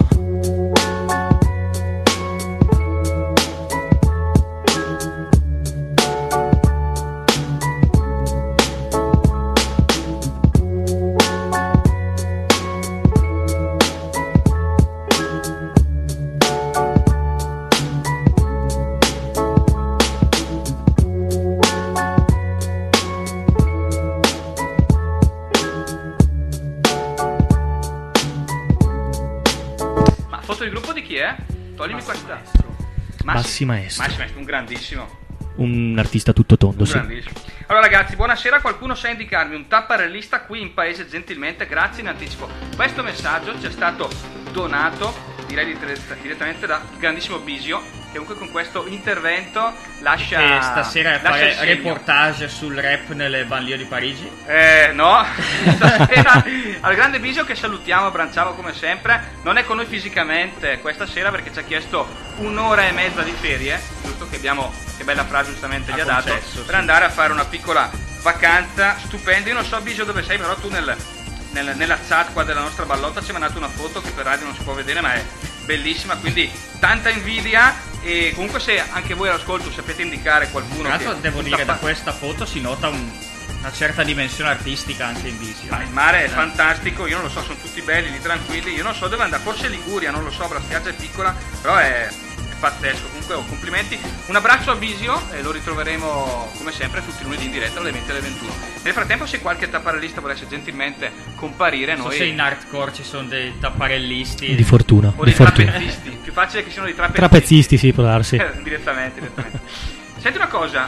Toglimi questa. Bassi Maestro. Un grandissimo. Un artista tutto tondo, sì. Allora ragazzi, buonasera. Qualcuno sa indicarmi un tapparellista qui in paese gentilmente? Grazie in anticipo. Questo messaggio ci è stato donato, direi direttamente da grandissimo Bisio, che comunque con questo intervento lascia stasera fare reportage sul rap nelle banlieue di Parigi? No, stasera al grande Bisio, che salutiamo, abbracciamo come sempre. Non è con noi fisicamente questa sera perché ci ha chiesto un'ora e mezza di ferie, giusto, che abbiamo, che bella frase giustamente gli ha dato, per andare a fare una piccola vacanza stupenda. Io non so Bisio dove sei, però tu nella chat qua della nostra ballotta ci hai mandato una foto che per radio non si può vedere, ma è bellissima, quindi tanta invidia. E comunque se anche voi all'ascolto sapete indicare qualcuno, tra l'altro devo dire, da questa foto si nota una certa dimensione artistica anche in Bisio. Ma il mare è fantastico, io non lo so, sono tutti belli lì, tranquilli, io non so dove andare, forse Liguria, non lo so, la spiaggia è piccola, però è pazzesco. Comunque complimenti, un abbraccio a Bisio e lo ritroveremo come sempre tutti i lunedì in diretta dalle 20 alle 21. Nel frattempo, se qualche tapparellista volesse gentilmente comparire, noi... se in hardcore ci sono dei tapparellisti di fortuna o dei trapezzisti, più facile che siano dei trapezzisti, sì, può darsi. direttamente. Senti una cosa,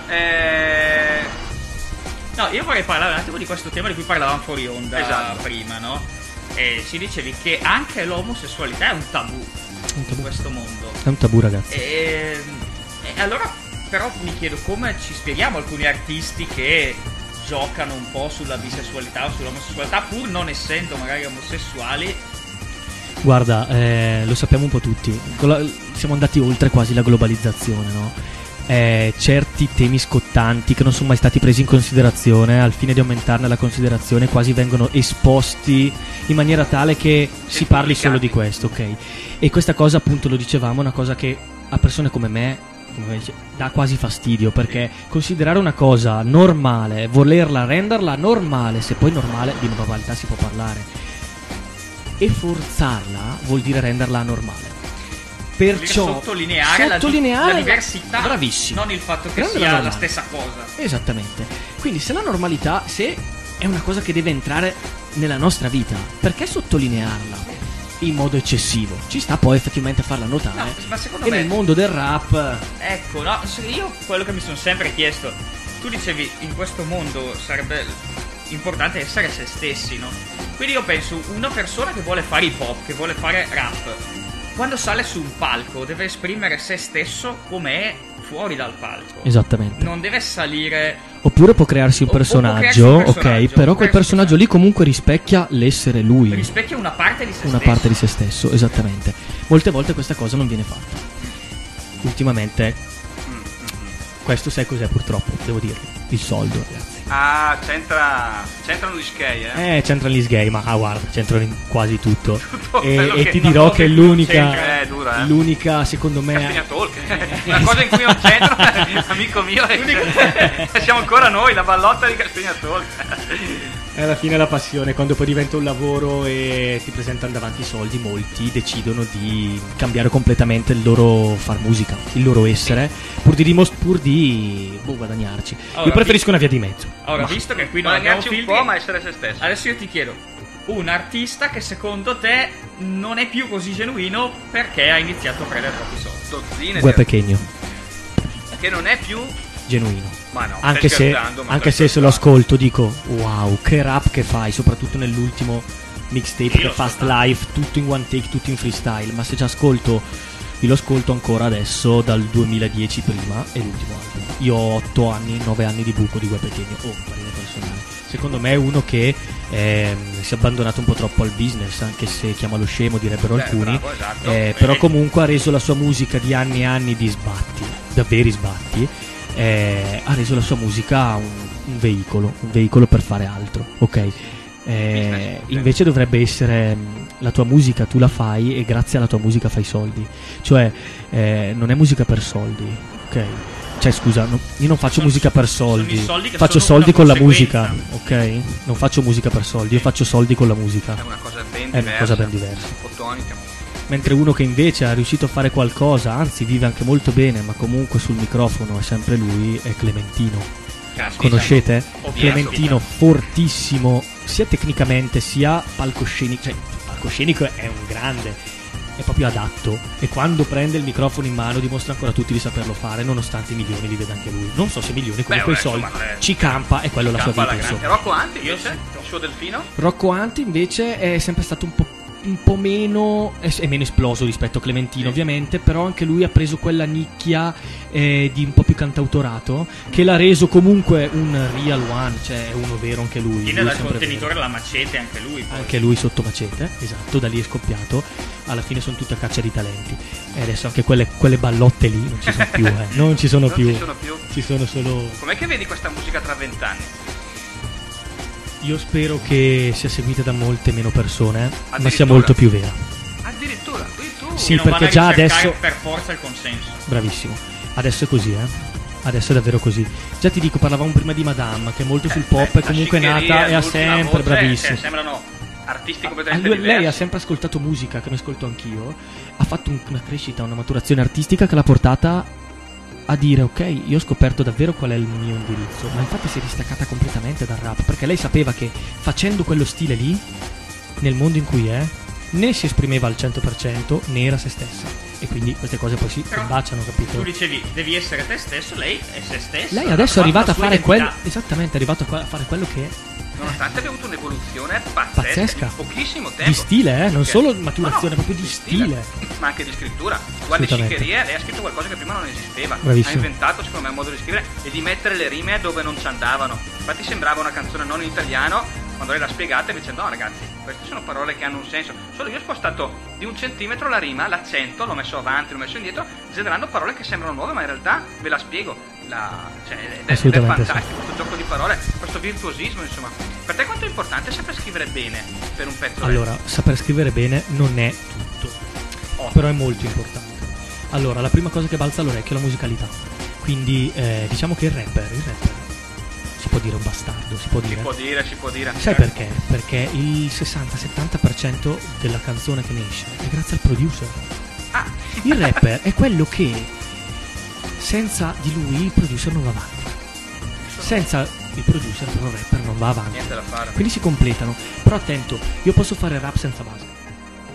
no, io vorrei parlare un attimo di questo tema di cui parlavamo fuori onda prima, no? E ci dicevi che anche l'omosessualità è un tabù in questo mondo. È un tabù, ragazzi. E allora però mi chiedo come ci spieghiamo alcuni artisti che giocano un po' sulla bisessualità o sull'omosessualità pur non essendo magari omosessuali. Guarda, lo sappiamo un po' tutti, siamo andati oltre quasi la globalizzazione, no? Certi temi scottanti che non sono mai stati presi in considerazione, al fine di aumentarne la considerazione, quasi vengono esposti in maniera tale che si parli solo di questo, ok? E questa cosa, appunto, lo dicevamo, è una cosa che a persone come me dà quasi fastidio, perché considerare una cosa normale, volerla renderla normale, se poi normale di normalità si può parlare, e forzarla vuol dire renderla anormale. Perciò sottolineare la diversità, bravissimo, non il fatto che sia la stessa cosa. Esattamente. Quindi se la normalità, se è una cosa che deve entrare nella nostra vita, perché sottolinearla? in modo eccessivo. Ci sta poi effettivamente a farla notare. No, ma secondo e me nel mondo del rap, ecco, no, io quello che mi sono sempre chiesto, tu dicevi in questo mondo sarebbe importante essere se stessi, no? Quindi io penso, una persona che vuole fare hip hop, che vuole fare rap, quando sale su un palco deve esprimere se stesso com'è fuori dal palco. esattamente. Non deve salire. Oppure può crearsi un personaggio, ok, però quel personaggio lì comunque rispecchia l'essere lui. Rispecchia una parte di se Una stesso. parte di se stesso, esattamente. Molte volte questa cosa non viene fatta. Ultimamente, questo sai cos'è purtroppo, devo dirlo, il soldo, ragazzi. Ah, c'entrano gli skei, C'entrano gli sgay, ma guarda, c'entrano in quasi tutto. quello E che ti una dirò cosa che in cui non l'unica, c'entra è dura, l'unica secondo me, Castagna Talk. Una cosa in cui non c'entro, amico mio, è siamo ancora noi, la ballotta di Castagna Talk. è alla fine la passione. Quando poi diventa un lavoro e ti presentano davanti i soldi, molti decidono di cambiare completamente il loro far musica, il loro essere, pur di guadagnarci. Allora, Io preferisco una via di mezzo. Ora, visto che qui non abbiamo Guadagnarci un filtri, po', ma essere se stesso. adesso io ti chiedo, un artista che secondo te non è più così genuino perché ha iniziato a prendere troppi soldi? Dozzine Gue di Pequeno, che non è più. genuino. Ma no, Anche stai se, scherzando, ma anche stai se lo ascolto dico wow, che rap che fai, soprattutto nell'ultimo mixtape che Fast Life, tutto in one take, tutto in freestyle. Ma se già ascolto, io lo ascolto ancora adesso dal 2010 prima e l'ultimo album. Io ho 9 anni di buco di Gue Pequeno, parere personale. Secondo me è uno che si è abbandonato un po' troppo al business, anche se chiama lo scemo, direbbero alcuni. Bravo, esatto. Però comunque ha reso la sua musica di anni e anni di sbatti, davveri sbatti. Ha reso la sua musica un veicolo per fare altro, ok? Invece dovrebbe essere la tua musica, tu la fai e grazie alla tua musica fai soldi. Cioè non è musica per soldi, ok? Cioè scusa, io non faccio musica per soldi, faccio soldi con la musica, ok? Non faccio musica per soldi, io faccio soldi con la musica. È una cosa ben È diversa. una cosa ben diversa. Fotonica. Mentre uno che invece ha riuscito a fare qualcosa, anzi vive anche molto bene, ma comunque sul microfono è sempre lui, è Clementino. Conoscete? Clementino, fortissimo, sia tecnicamente sia palcoscenico. Cioè, palcoscenico è un grande, è proprio adatto. E quando prende il microfono in mano dimostra ancora a tutti di saperlo fare, nonostante i milioni li veda anche lui. Non so se milioni, comunque i soldi. Ci campa, e quello è la sua vita, insomma. E Rocco Anti invece? Il suo delfino? Rocco Anti invece è sempre stato un po' meno, è meno esploso rispetto a Clementino, ovviamente, però anche lui ha preso quella nicchia di un po' più cantautorato, che l'ha reso comunque un real one, cioè è uno vero anche lui. Viene dal contenitore alla Macete anche lui. Poi. Anche lui sotto Macete, esatto, da lì è scoppiato. Alla fine sono tutte a caccia di talenti. E adesso anche quelle ballotte lì non ci sono più, non ci sono più. Ci sono solo. Com'è che vedi questa musica tra 20 anni? Io spero che sia seguita da molte meno persone, ma sia molto più vera. Addirittura, sì, non perché già adesso per forza il consenso. Bravissimo. Adesso è così, Adesso è davvero così. Già ti dico, parlavamo prima di Madame, che è molto sul pop, è comunque nata e ha sempre, bravissimo. Sembrano artisti completamente diversi. Lei ha sempre ascoltato musica, che mi ascolto anch'io. Ha fatto una crescita, una maturazione artistica che l'ha portata a dire ok, io ho scoperto davvero qual è il mio indirizzo. Ma infatti si è distaccata completamente dal rap, perché lei sapeva che facendo quello stile lì, nel mondo in cui è, né si esprimeva al 100% né era se stessa. E quindi queste cose poi si combaciano, capito? Tu dicevi devi essere te stesso, lei è se stessa. Lei adesso è arrivata a fare quello. Esattamente, è arrivato a fare quello che è. Nonostante abbia avuto un'evoluzione pazzesca in pochissimo tempo. Di stile, non solo maturazione, proprio di stile. Ma anche di scrittura. Guardi Sciccheria, lei ha scritto qualcosa che prima non esisteva. Bravissimo. Ha inventato secondo me un modo di scrivere e di mettere le rime dove non ci andavano. Infatti sembrava una canzone non in italiano. Quando lei l'ha spiegata invece no ragazzi, queste sono parole che hanno un senso. Solo io ho spostato di 1 centimetro la rima, l'accento, l'ho messo avanti, l'ho messo indietro, generando parole che sembrano nuove, ma in realtà ve la spiego. È fantastico questo gioco di parole, questo virtuosismo, insomma. Per te quanto è importante saper scrivere bene per un pezzo? Allora, saper scrivere bene non è tutto, però è molto importante. Allora, la prima cosa che balza all'orecchio è la musicalità. Quindi diciamo che il rapper si può dire un bastardo, si può dire. Sai perché? Perché il 60-70% della canzone che ne esce è grazie al producer. Il rapper è quello che senza di lui il producer non va avanti. Senza il producer però il rapper non va avanti. Niente da fare. Quindi si completano. Però attento, io posso fare rap senza base.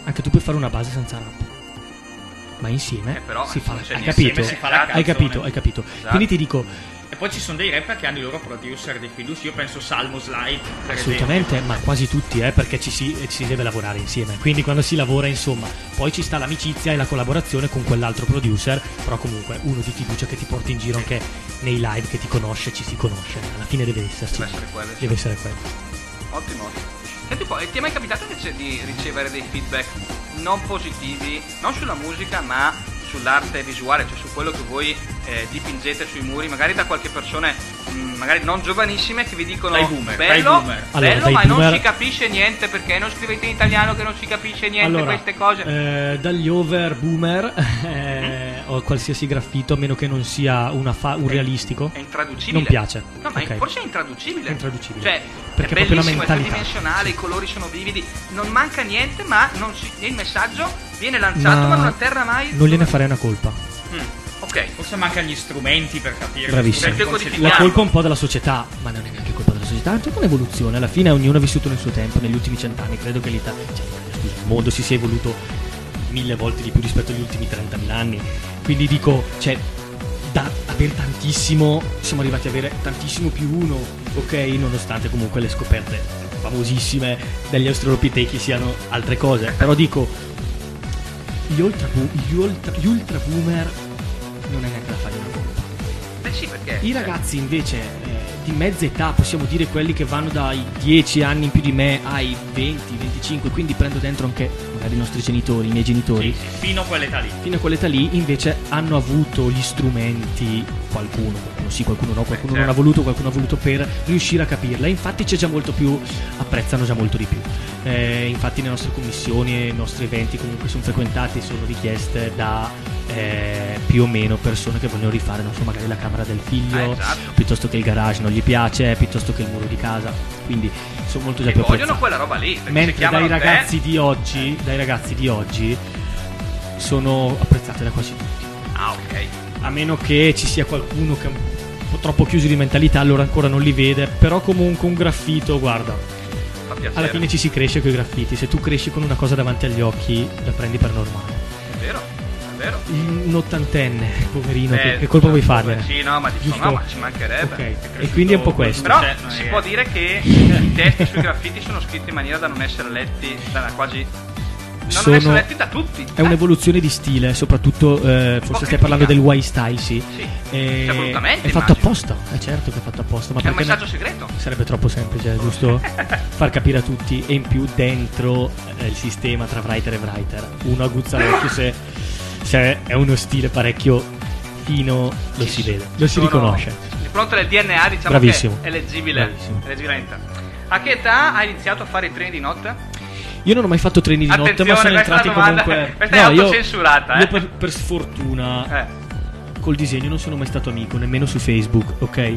Anche tu puoi fare una base senza rap, ma insieme però, si fa. cioè, Hai capito? insieme si fa la Hai capito? canzone. Hai capito? Esatto. Quindi ti dico, E poi ci sono dei rapper che hanno i loro producer di fiducia. Io penso Salmo Slide, per assolutamente, ma quasi tutti, perché ci si deve lavorare insieme. Quindi quando si lavora, insomma, poi ci sta l'amicizia e la collaborazione con quell'altro producer, però comunque uno di fiducia che ti porti in giro anche nei live, che ti conosce, ci si conosce. Alla fine deve esserci. Deve essere quello, sì. Deve essere quello. Ottimo. Senti un po', ti è mai capitato invece di ricevere dei feedback non positivi, non sulla musica ma sull'arte visuale, cioè su quello che voi dipingete sui muri, magari da qualche persona magari non giovanissime che vi dicono dai boomer, bello, Allora, bello, dai ma boomer- non si capisce niente, perché non scrivete in italiano che non si capisce niente, Allora, queste cose. Dagli over boomer o qualsiasi graffito, a meno che non sia un realistico, È intraducibile. non piace. No, ma Ok. forse è intraducibile. È intraducibile. Cioè, Perché è è proprio una bellissimo, è mentalità. tridimensionale, i colori sono vividi, non manca niente, ma il messaggio viene lanciato, ma non atterra mai. Non gliene farei una colpa. Ok. Forse mancano gli strumenti per capire. Bravissimo. La colpa è un po' della società, ma non è neanche colpa della società, è tutta un'evoluzione. Alla fine ognuno ha vissuto nel suo tempo, negli ultimi 100 anni. Credo che il mondo si sia evoluto 1000 volte di più rispetto agli ultimi 30.000 anni. Quindi dico, cioè, da avere tantissimo, siamo arrivati ad avere tantissimo più uno, ok? Nonostante comunque le scoperte famosissime degli australopitechi siano altre cose. Però dico, gli ultra boomer non è neanche da fare una colpa. Beh sì, perché I ragazzi invece di mezza età, possiamo dire quelli che vanno dai 10 anni in più di me ai 20, 25, quindi prendo dentro anche magari i nostri genitori, i miei genitori, Fino a quell'età lì. fino a quell'età lì invece hanno avuto gli strumenti, qualcuno sì, qualcuno no, qualcuno non ha voluto, qualcuno ha voluto, per riuscire a capirla. Infatti c'è già molto più, apprezzano già molto di più. Infatti le nostre commissioni e i nostri eventi comunque sono frequentati e sono richieste da più o meno persone che vogliono rifare, non so, magari la camera del figlio, piuttosto che il garage non gli piace, piuttosto che il muro di casa, quindi sono molto già e più vogliono apprezzati. quella roba lì, perché se Mentre chiamano dai te- ragazzi di oggi sono apprezzate da quasi tutti. Ah, ok. A meno che ci sia qualcuno che è un po' troppo chiuso di mentalità, allora ancora non li vede. Però comunque un graffito, guarda, Fa piacere. alla fine ci si cresce con i graffiti. Se tu cresci con una cosa davanti agli occhi, la prendi per normale. È vero, è vero. Un ottantenne, poverino, che colpa vuoi fargliene? Sì, no, ma dico, Giusto? no, ma ci mancherebbe. Ok, e quindi è un po' questo. Però si può dire che i testi sui graffiti sono scritti in maniera da non essere letti da quasi non essere letti da tutti. È un'evoluzione di stile, soprattutto forse stai parlando del Y-Style, sì. Cioè, volutamente, è fatto immagino. apposta, è certo che è fatto apposta. Ma È un perché messaggio segreto. sarebbe troppo semplice, giusto? Far capire a tutti, e in più dentro il sistema tra writer e writer. Uno aguzza l'occhio se è uno stile parecchio fino, lo si vede, lo si riconosce. Il pronto del DNA, diciamo, Bravissimo. che è leggibile. Bravissimo. È leggibile all'interno. A che età hai iniziato a fare i treni di notte? Io non ho mai fatto treni di notte, ma sono Attenzione, questa entrati è una domanda- comunque. questa è autocensurata, Io per sfortuna col disegno non sono mai stato amico, nemmeno su Facebook, ok?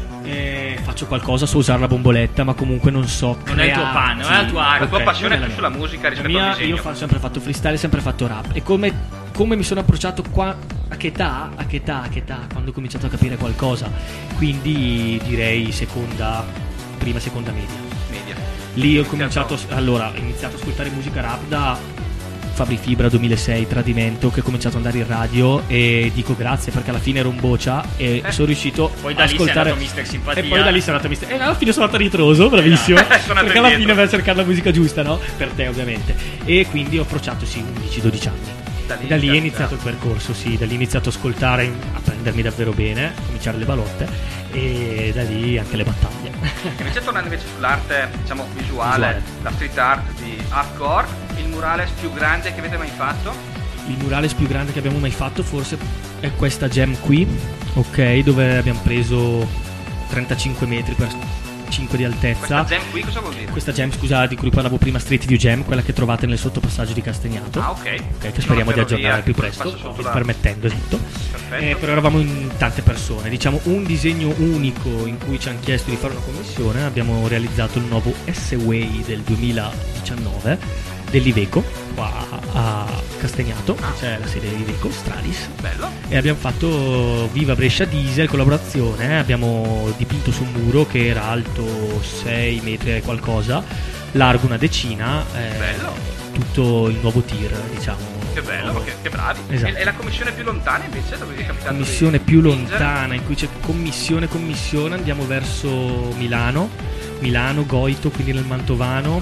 Faccio qualcosa, so usare la bomboletta, ma comunque non so. Non è il tuo pane, non è la tua arte. La tua Ok, passione è non più sulla musica rispetto La mia, al disegno. io ho sempre fatto freestyle, sempre fatto rap. E come mi sono approcciato qua? A che età? Quando ho cominciato a capire qualcosa. Quindi direi prima seconda media. Lì ho iniziato a ascoltare musica rap da Fabri Fibra 2006, Tradimento, che ho cominciato ad andare in radio, e dico grazie, perché alla fine ero un boccia e sono riuscito Poi a da lì sei ascoltare. andato Mister Simpatia. E poi da lì sono andato Mister. E alla fine sono andato a ritroso, bravissimo. Sono andato Perché alla indietro. fine vai a cercare la musica giusta, no? Per te, ovviamente. E quindi ho approcciato 11-12 anni. Da lì è iniziato il percorso, sì, da lì ho iniziato ad ascoltare, a prendermi davvero bene, a cominciare le balotte, e da lì anche le battaglie. Invece tornando sull'arte, diciamo, visuale, la street art di hardcore, il murales più grande che avete mai fatto? Il murales più grande che abbiamo mai fatto forse è questa jam qui, ok, dove abbiamo preso 35 metri per 5 di altezza. Questa jam qui cosa vuol dire? Questa jam, scusa, di cui parlavo prima, Street View Jam, quella che trovate nel sottopassaggio di Castagnato. Ah, ok. Che speriamo di aggiornare al più passa presto, sotto la- permettendo, esatto. Perfetto. Però eravamo in tante persone, diciamo un disegno unico in cui ci hanno chiesto di fare una commissione. Abbiamo realizzato il nuovo S-Way del 2019 dell'Iveco qua a Castagnato, c'è la sede dell'Iveco, Stralis. Bello. E abbiamo fatto Viva Brescia Diesel, collaborazione. Abbiamo dipinto su un muro che era alto 6 metri e qualcosa, largo una decina, Bello. tutto il nuovo tir, diciamo. Che bello, che bravi. Esatto. E la commissione più lontana invece dove vi è capitato? Commissione più lontana, in cui c'è commissione, andiamo verso Milano, Goito, quindi nel Mantovano.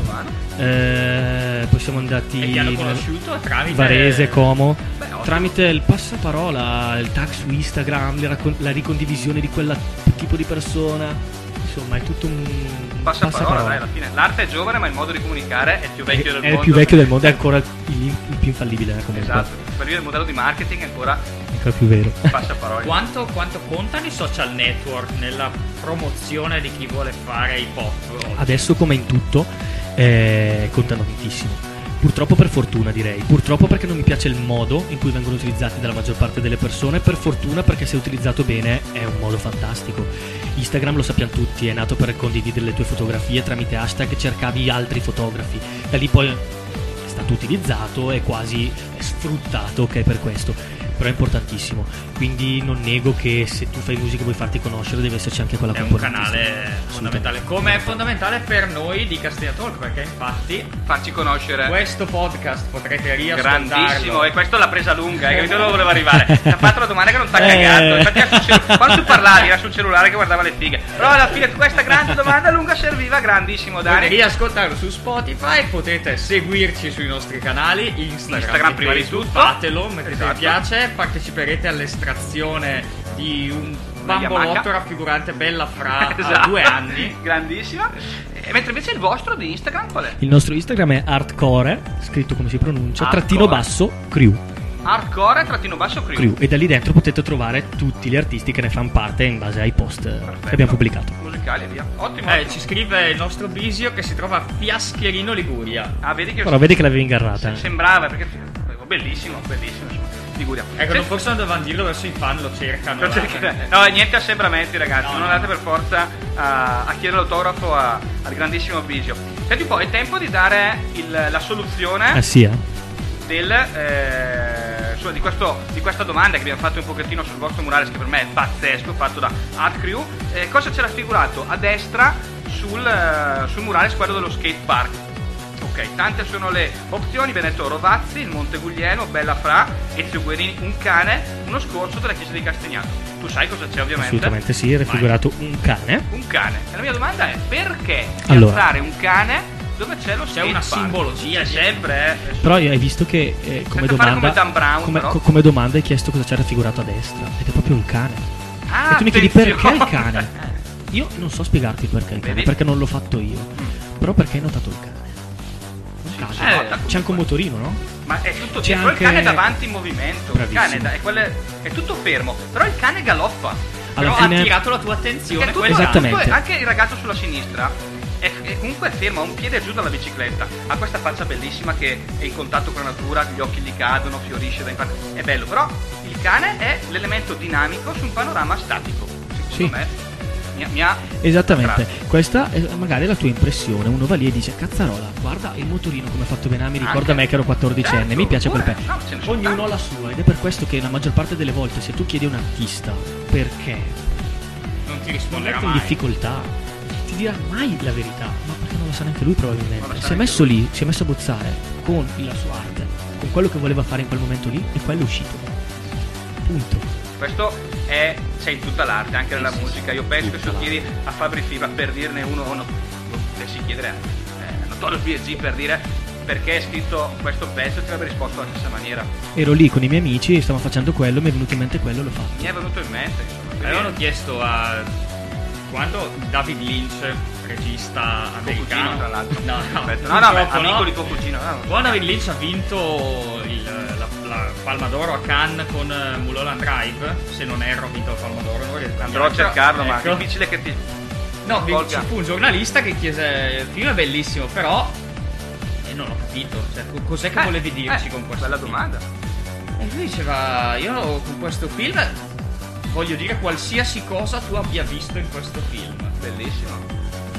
Poi siamo andati e ti hanno conosciuto tramite Varese, Como. Tramite il passaparola, il tag su Instagram, la ricondivisione di quel tipo di persona. Insomma, è tutto un passaparola, dai, alla fine. L'arte è giovane, ma il modo di comunicare è il più vecchio del mondo. È il più vecchio del mondo, è ancora il più infallibile. Comunque. Esatto, per il modello di marketing è ancora più vero. Passaparola. Quanto contano i social network nella promozione di chi vuole fare hip hop? Adesso, come in tutto, contano tantissimo. Purtroppo, per fortuna, direi. Purtroppo perché non mi piace il modo in cui vengono utilizzati dalla maggior parte delle persone. Per fortuna perché se utilizzato bene è un modo fantastico. Instagram, lo sappiamo tutti, è nato per condividere le tue fotografie tramite hashtag, cercavi altri fotografi. Da lì poi è stato utilizzato e quasi sfruttato, ok, per questo. Però è importantissimo, quindi non nego che se tu fai musica e vuoi farti conoscere deve esserci anche quella componente. È un canale fondamentale, come è fondamentale per noi di Castagna Talk, perché infatti farci conoscere questo podcast potrete riascoltarlo. Grandissimo, e questo l'ha presa lunga, hai capito dove voleva arrivare. Ti ha fatto la domanda che non t'ha cagato, infatti quando tu parlavi era sul cellulare che guardava le fighe, però alla fine questa grande domanda lunga serviva. Grandissimo Dani, potete riascoltarlo su Spotify, potete seguirci sui nostri canali Instagram prima di tutto, fatelo, mettete mi piace, parteciperete all'estrazione di un bambolotto raffigurante Bella Fra a 2 anni. Grandissima. Mentre invece il vostro di Instagram qual è? Il nostro Instagram è hardcore, scritto come si pronuncia, _crew. Hardcore _crew. E da lì dentro potete trovare tutti gli artisti che ne fanno parte in base ai post che abbiamo pubblicato. Musicali e via. Ottimo. Ci scrive il nostro Bisio che si trova a Fiaschierino, Liguria. Vedi che però vedi che l'avevi ingarrata. Sembrava, perché bellissimo. Liguria. Forse non dovevamo dirlo, adesso i fan lo cercano. No, niente assembramenti, ragazzi. Non andate per forza a chiedere l'autografo al grandissimo Bisio. Senti un po', è tempo di dare la soluzione di questa domanda che abbiamo fatto un pochettino sul vostro murale, che per me è pazzesco, fatto da Art Crew. Cosa c'è raffigurato a destra sul murale quello dello skate park? Ok, tante sono le opzioni. Vi ho detto Rovazzi, il Monte Guglielmo, Bella Fra, Ezio Guerini, un cane, uno scorcio della chiesa di Castagnato. Tu sai cosa c'è, ovviamente? Assolutamente sì, è raffigurato un cane. Un cane. E la mia domanda è: perché piazzare un cane dove c'è lo skate park? C'è una simbologia sempre. Però hai visto che come domanda hai chiesto cosa c'è raffigurato a destra, ed è proprio un cane. E tu mi chiedi perché il cane. Io non so spiegarti perché il cane, perché non l'ho fatto io. Però perché hai notato il cane? C'è anche un motorino, no? Ma è tutto dietro, il cane è davanti in movimento. Bravissimo. Il cane è tutto fermo, però il cane galoppa. Però ha attirato la tua attenzione. Esattamente. Anche il ragazzo sulla sinistra è comunque fermo, ha un piede giù dalla bicicletta, ha questa faccia bellissima che è in contatto con la natura, gli occhi gli cadono, fiorisce da è bello, però il cane è l'elemento dinamico su un panorama statico. Secondo me esattamente, questa è magari la tua impressione. Uno va lì e dice: cazzarola, guarda il motorino come è fatto bene, mi ricorda me che ero 14enne, mi piace quel pezzo. Ognuno ha la sua, ed è per questo che la maggior parte delle volte se tu chiedi a un artista perché, non ti risponderà mai, in difficoltà, ti dirà mai la verità, ma perché non lo sa neanche lui probabilmente. Si è messo lì, si è messo a bozzare con la sua arte, con quello che voleva fare in quel momento lì, e quello è uscito. Punto. Questo c'è in tutta l'arte, anche nella musica. Io penso che se lo chiedi a Fabri Fibra, per dirne uno, si chiedere a Notorious B.I.G. per dire perché è scritto questo pezzo, ti avrebbe risposto alla stessa maniera. Ero lì con i miei amici, stavamo facendo quello, mi è venuto in mente quello, l'ho fatto. Mi è venuto in mente, insomma. Avevano chiesto quando David Lynch, regista americano, tra l'altro, no, amico di tuo cugino. Quando David Lynch ha vinto la Palma d'Oro a Cannes con Mulholland Drive, se non erro, ha vinto la Palma d'Oro, andrò a cercarlo, ma è difficile che ti... No, ci fu un giornalista che chiese: il film è bellissimo, però non ho capito, cioè, cos'è che volevi dirci con questo bella film? Domanda. E lui diceva: io con questo film voglio dire qualsiasi cosa tu abbia visto in questo film. Bellissimo.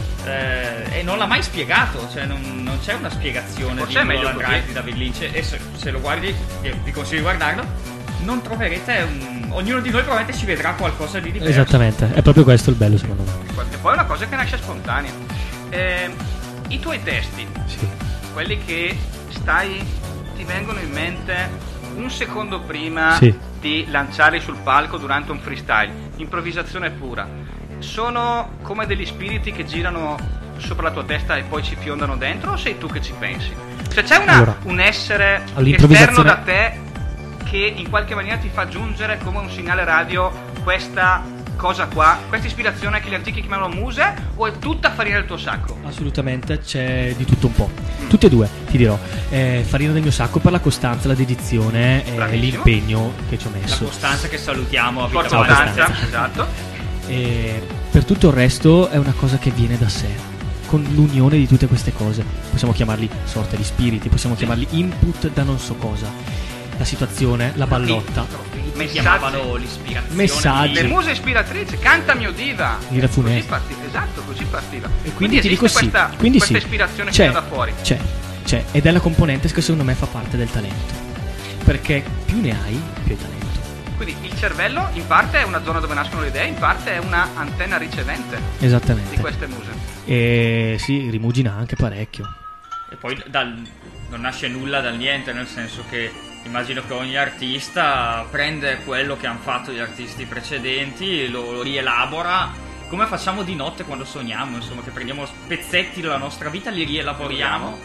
E non l'ha mai spiegato, cioè non c'è una spiegazione di Mulholland Drive di David Lynch, e se lo guardi, vi consiglio di guardarlo, non troverete ognuno di noi probabilmente ci vedrà qualcosa di diverso. Esattamente, è proprio questo il bello secondo me. E poi è una cosa che nasce spontanea. I tuoi testi, quelli che ti vengono in mente un secondo prima Sì. di lanciarli sul palco durante un freestyle, improvvisazione pura, sono come degli spiriti che girano sopra la tua testa e poi ci fiondano dentro, o sei tu che ci pensi? Cioè c'è un essere esterno da te che in qualche maniera ti fa giungere come un segnale radio questa cosa qua, questa ispirazione che gli antichi chiamavano muse, o è tutta farina del tuo sacco? Assolutamente, c'è di tutto un po'. Tutte e due, ti dirò. Farina del mio sacco per la costanza, la dedizione e l'impegno che ci ho messo. La costanza che salutiamo a Forza Costanza, esatto. E per tutto il resto è una cosa che viene da sé, con l'unione di tutte queste cose. Possiamo chiamarli sorta di spiriti, possiamo chiamarli input da non so cosa. La situazione, la ballotta. Chiamavano l'ispirazione. Messaggi. Le muse ispiratrici, canta mio diva. Lira Funesta. Esatto, così partiva. E quindi ti dico sì. Quindi questa sì. ispirazione C'è, che viene da fuori. C'è. Ed è la componente che secondo me fa parte del talento. Perché più ne hai, più hai talento. Quindi il cervello in parte è una zona dove nascono le idee, in parte è una antenna ricevente. Esattamente. Di queste muse. E sì, rimugina anche parecchio. E poi non nasce nulla dal niente, nel senso che immagino che ogni artista prende quello che hanno fatto gli artisti precedenti, lo rielabora, come facciamo di notte quando sogniamo, insomma, che prendiamo pezzetti della nostra vita, li rielaboriamo.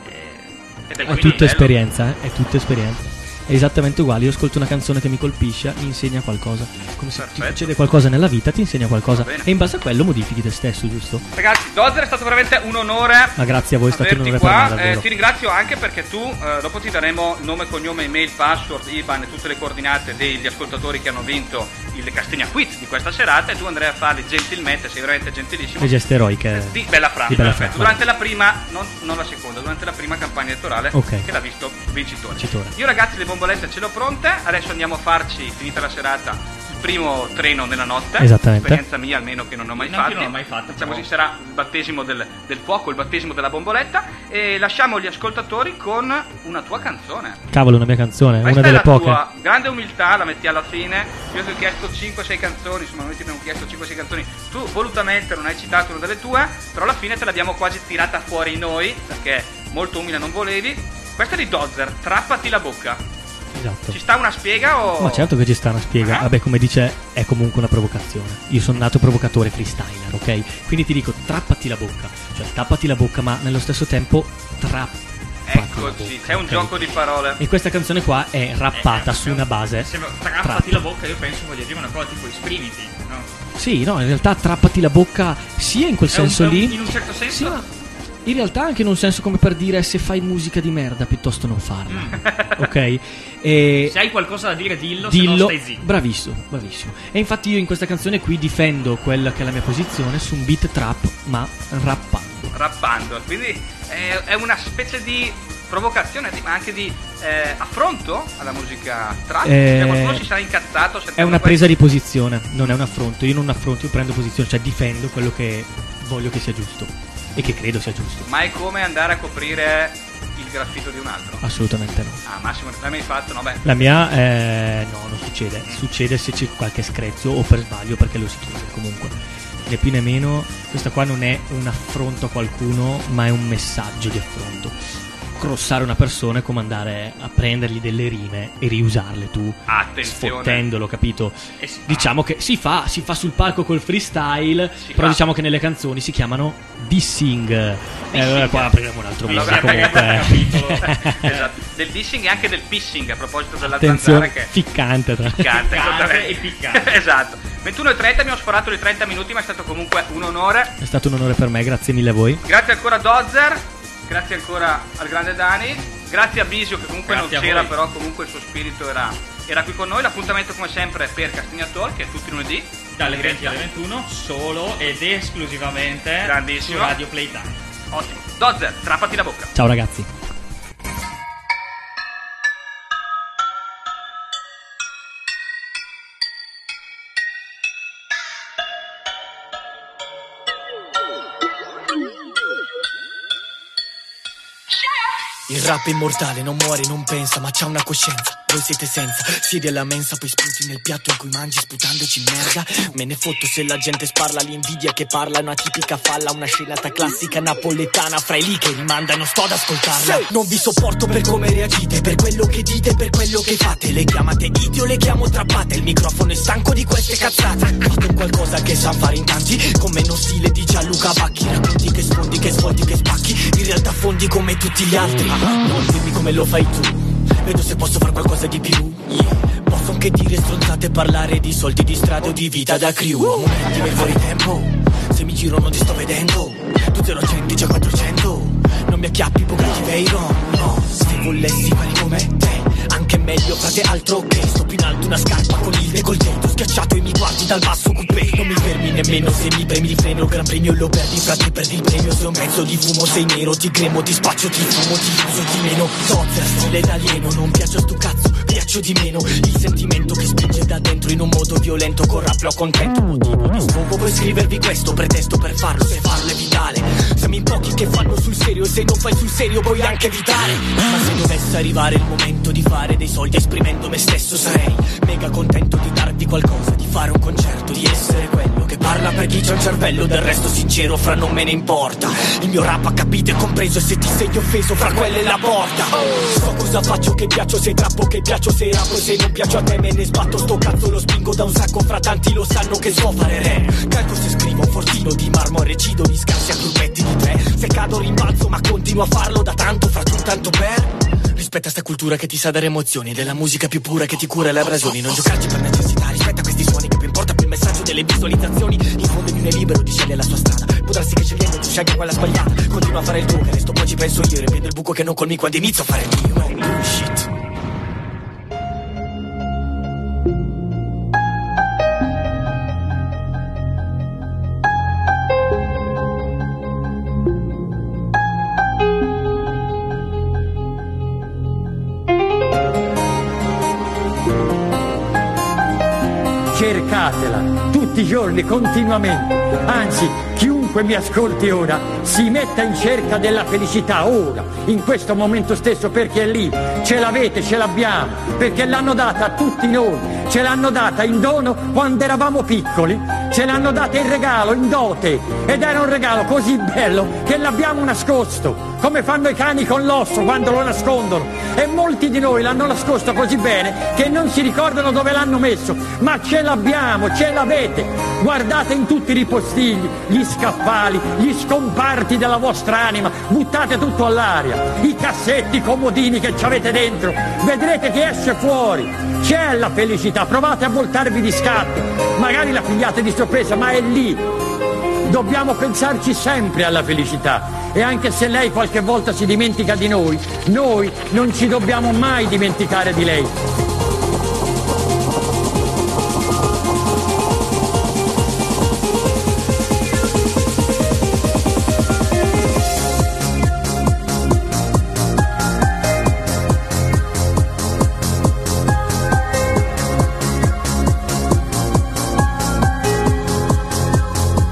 È tutta esperienza, è tutta esperienza. È esattamente uguale, io ascolto una canzone che mi colpisce, mi insegna qualcosa. Come se ti succede qualcosa nella vita, ti insegna qualcosa. E in base a quello modifichi te stesso, giusto? Ragazzi, Dozer, è stato veramente un onore. Ma grazie a voi, è stato un onore qua. per me, davvero. Ti ringrazio anche perché tu, dopo ti daremo nome, cognome, email, password, IBAN e tutte le coordinate degli ascoltatori che hanno vinto il Castegna Quiz di questa serata, e tu andrai a farli gentilmente, sei veramente gentilissimo. Le geste eroiche di Bella Fra. Perfetto. Durante la prima, non la seconda, durante la prima campagna elettorale, che l'ha visto vincitore. Io ragazzi le bombolette ce le ho pronte, adesso andiamo a farci, finita la serata, il primo treno nella notte. Esattamente. Esperienza mia almeno che non ho mai fatto. Non l'ho mai fatta. Diciamo così, sarà il battesimo del fuoco, il battesimo della bomboletta, e lasciamo gli ascoltatori con una tua canzone. Cavolo, una mia canzone, questa una delle è la poche. Tua grande umiltà, la metti alla fine. Io ti ho chiesto 5-6 canzoni, insomma noi ti abbiamo chiesto 5-6 canzoni, tu volutamente non hai citato una delle tue, però alla fine te l'abbiamo quasi tirata fuori noi, perché molto umile non volevi. Questa è di Dozer, Trappati la bocca. Esatto. Ci sta una spiega o... Ma certo che ci sta una spiega. Vabbè, come dice, è comunque una provocazione. Io sono nato provocatore freestyler, ok? Quindi ti dico, trappati la bocca. Cioè, tappati la bocca, ma nello stesso tempo Eccoci, c'è un gioco di parole. E questa canzone qua è rappata su una base. Sembra trappati la bocca, io penso voglia dire una cosa tipo esprimiti, no? Sì, no, in realtà trappati la bocca sia in quel senso lì. In un certo senso. Sì, ma in realtà anche in un senso come per dire se fai musica di merda piuttosto non farla. Ok? E se hai qualcosa da dire dillo, se no stai zitto. Bravissimo. E infatti io in questa canzone qui difendo quella che è la mia posizione su un beat trap, ma rappando. Quindi è una specie di provocazione, ma anche di affronto alla musica trap. Qualcuno si sarà incazzato. È una presa di posizione, non è un affronto. Io non affronto, io prendo posizione, cioè difendo quello che voglio che sia giusto e che credo sia giusto. Ma è come andare a coprire il graffito di un altro? Assolutamente no. Massimo, l'hai mai fatto? No, beh. La mia no, non succede. Succede se c'è qualche screzio o per sbaglio, perché lo si chiede comunque. Né più né meno, questa qua non è un affronto a qualcuno, ma è un messaggio di affronto. Crossare una persona è come andare a prendergli delle rime e riusarle tu, sfottendolo, capito? Diciamo che si fa sul palco col freestyle, però diciamo che nelle canzoni si chiamano dissing. Qua apriamo un altro video comunque. Esatto. Del dissing e anche del pissing, a proposito della Attenzione, zanzara, che ficcante e piccante. Esatto. 21:30, abbiamo sforato i 30 minuti, ma è stato comunque un onore. È stato un onore per me, grazie mille a voi. Grazie ancora a Dozer. Grazie ancora al grande Dani, grazie a Bisio che comunque non c'era, però comunque il suo spirito era qui con noi. L'appuntamento come sempre per Castegna Talk, che è tutti i lunedì dalle 20 alle 21, solo ed esclusivamente su Radio Playtime. Ottimo. Dozer, trappati la bocca. Ciao ragazzi. Il rap è immortale, non muore, non pensa, ma c'ha una coscienza. voi siete senza. Siedi alla mensa, poi sputi nel piatto in cui mangi sputandoci merda. Me ne fotto se la gente sparla, l'invidia che parla, una tipica falla, una scenata classica napoletana fra i lì che rimanda e non sto ad ascoltarla. Non vi sopporto per come reagite, per quello che dite, per quello che fate. Le chiamate idio, le chiamo trappate, il microfono è stanco di queste cazzate. Fatto qualcosa che sa fare in tanti, con meno stile di Gianluca Vacchi. Racconti che sfondi, che svolti, che spacchi, in realtà fondi come tutti gli altri. Non dirmi come lo fai tu, vedo se posso fare qualcosa di più. Posso anche dire stronzate, parlare di soldi, di strade o di vita da crew. Momenti per fuori tempo, se mi giro non ti sto vedendo. Tu 0 100, già 400. Non mi acchiappi, Bugatti Veyron, no. Se volessi fare come te, anche meglio, frate, altro che stoppi in alto una scarpa con il decolleto schiacciato e mi guardi dal basso coupé. Non mi fermi nemmeno se mi premi il freno, il gran premio lo perdi, frate, perdi il premio. Sei un mezzo di fumo, sei nero, ti cremo, ti spaccio, ti fumo, ti uso di meno. Zozzer, stile da alieno, non piaccio a sto cazzo, piaccio di meno. Il sentimento che spinge da dentro in un modo violento, con rap l'ho contento. Motivo di sfogo, puoi scrivervi questo, pretesto per farlo, se farlo è vitale. Siamo in pochi che fanno sul serio e se non fai sul serio puoi anche evitare. Ma se dovesse arrivare il momento di fare dei soldi esprimendo me stesso, sarei mega contento di darvi qualcosa, di fare un concerto, di essere quello che parla per chi c'ha un cervello, del resto sincero fra non me ne importa. Il mio rap ha capito e compreso, e se ti sei offeso fra quelle la porta. So cosa faccio, che piaccio, se trappo, che piaccio, se rapo, e se non piaccio a te me ne sbatto. Sto cazzo lo spingo da un sacco, fra tanti lo sanno che so fare rap. Calco se scrivo un fortino di marmo, recido di scarsi a gruppetti di tre. Se cado rimbalzo ma continuo a farlo da tanto, fra tu tanto per. Rispetta sta cultura che ti sa dare emozioni, della musica più pura che ti cura le abrasioni. Non giocarci per necessità, rispetta questi suoni, che più importa più il messaggio delle visualizzazioni. In fondo ognuno è libero di scegliere la sua strada, può darsi che scegliendo tu scelga quella sbagliata. Continua a fare il tuo, che resto poi ci penso io, riempendo il buco che non colmi quando inizio a fare il mio. Shit. Cercatela tutti i giorni, continuamente. Anzi, chiunque mi ascolti ora si metta in cerca della felicità ora, in questo momento stesso, perché è lì. Ce l'avete, ce l'abbiamo, perché l'hanno data a tutti noi. Ce l'hanno data in dono quando eravamo piccoli, ce l'hanno data in regalo, in dote, ed era un regalo così bello che l'abbiamo nascosto, come fanno i cani con l'osso quando lo nascondono, e molti di noi l'hanno nascosto così bene che non si ricordano dove l'hanno messo, ma ce l'abbiamo, ce l'avete. Guardate in tutti i ripostigli, gli scaffali, gli scomparti della vostra anima, buttate tutto all'aria, i cassetti, i comodini che ci avete dentro, vedrete che esce fuori. C'è la felicità, provate a voltarvi di scatto, magari la pigliate di sorpresa, ma è lì. Dobbiamo pensarci sempre alla felicità, e anche se lei qualche volta si dimentica di noi, noi non ci dobbiamo mai dimenticare di lei.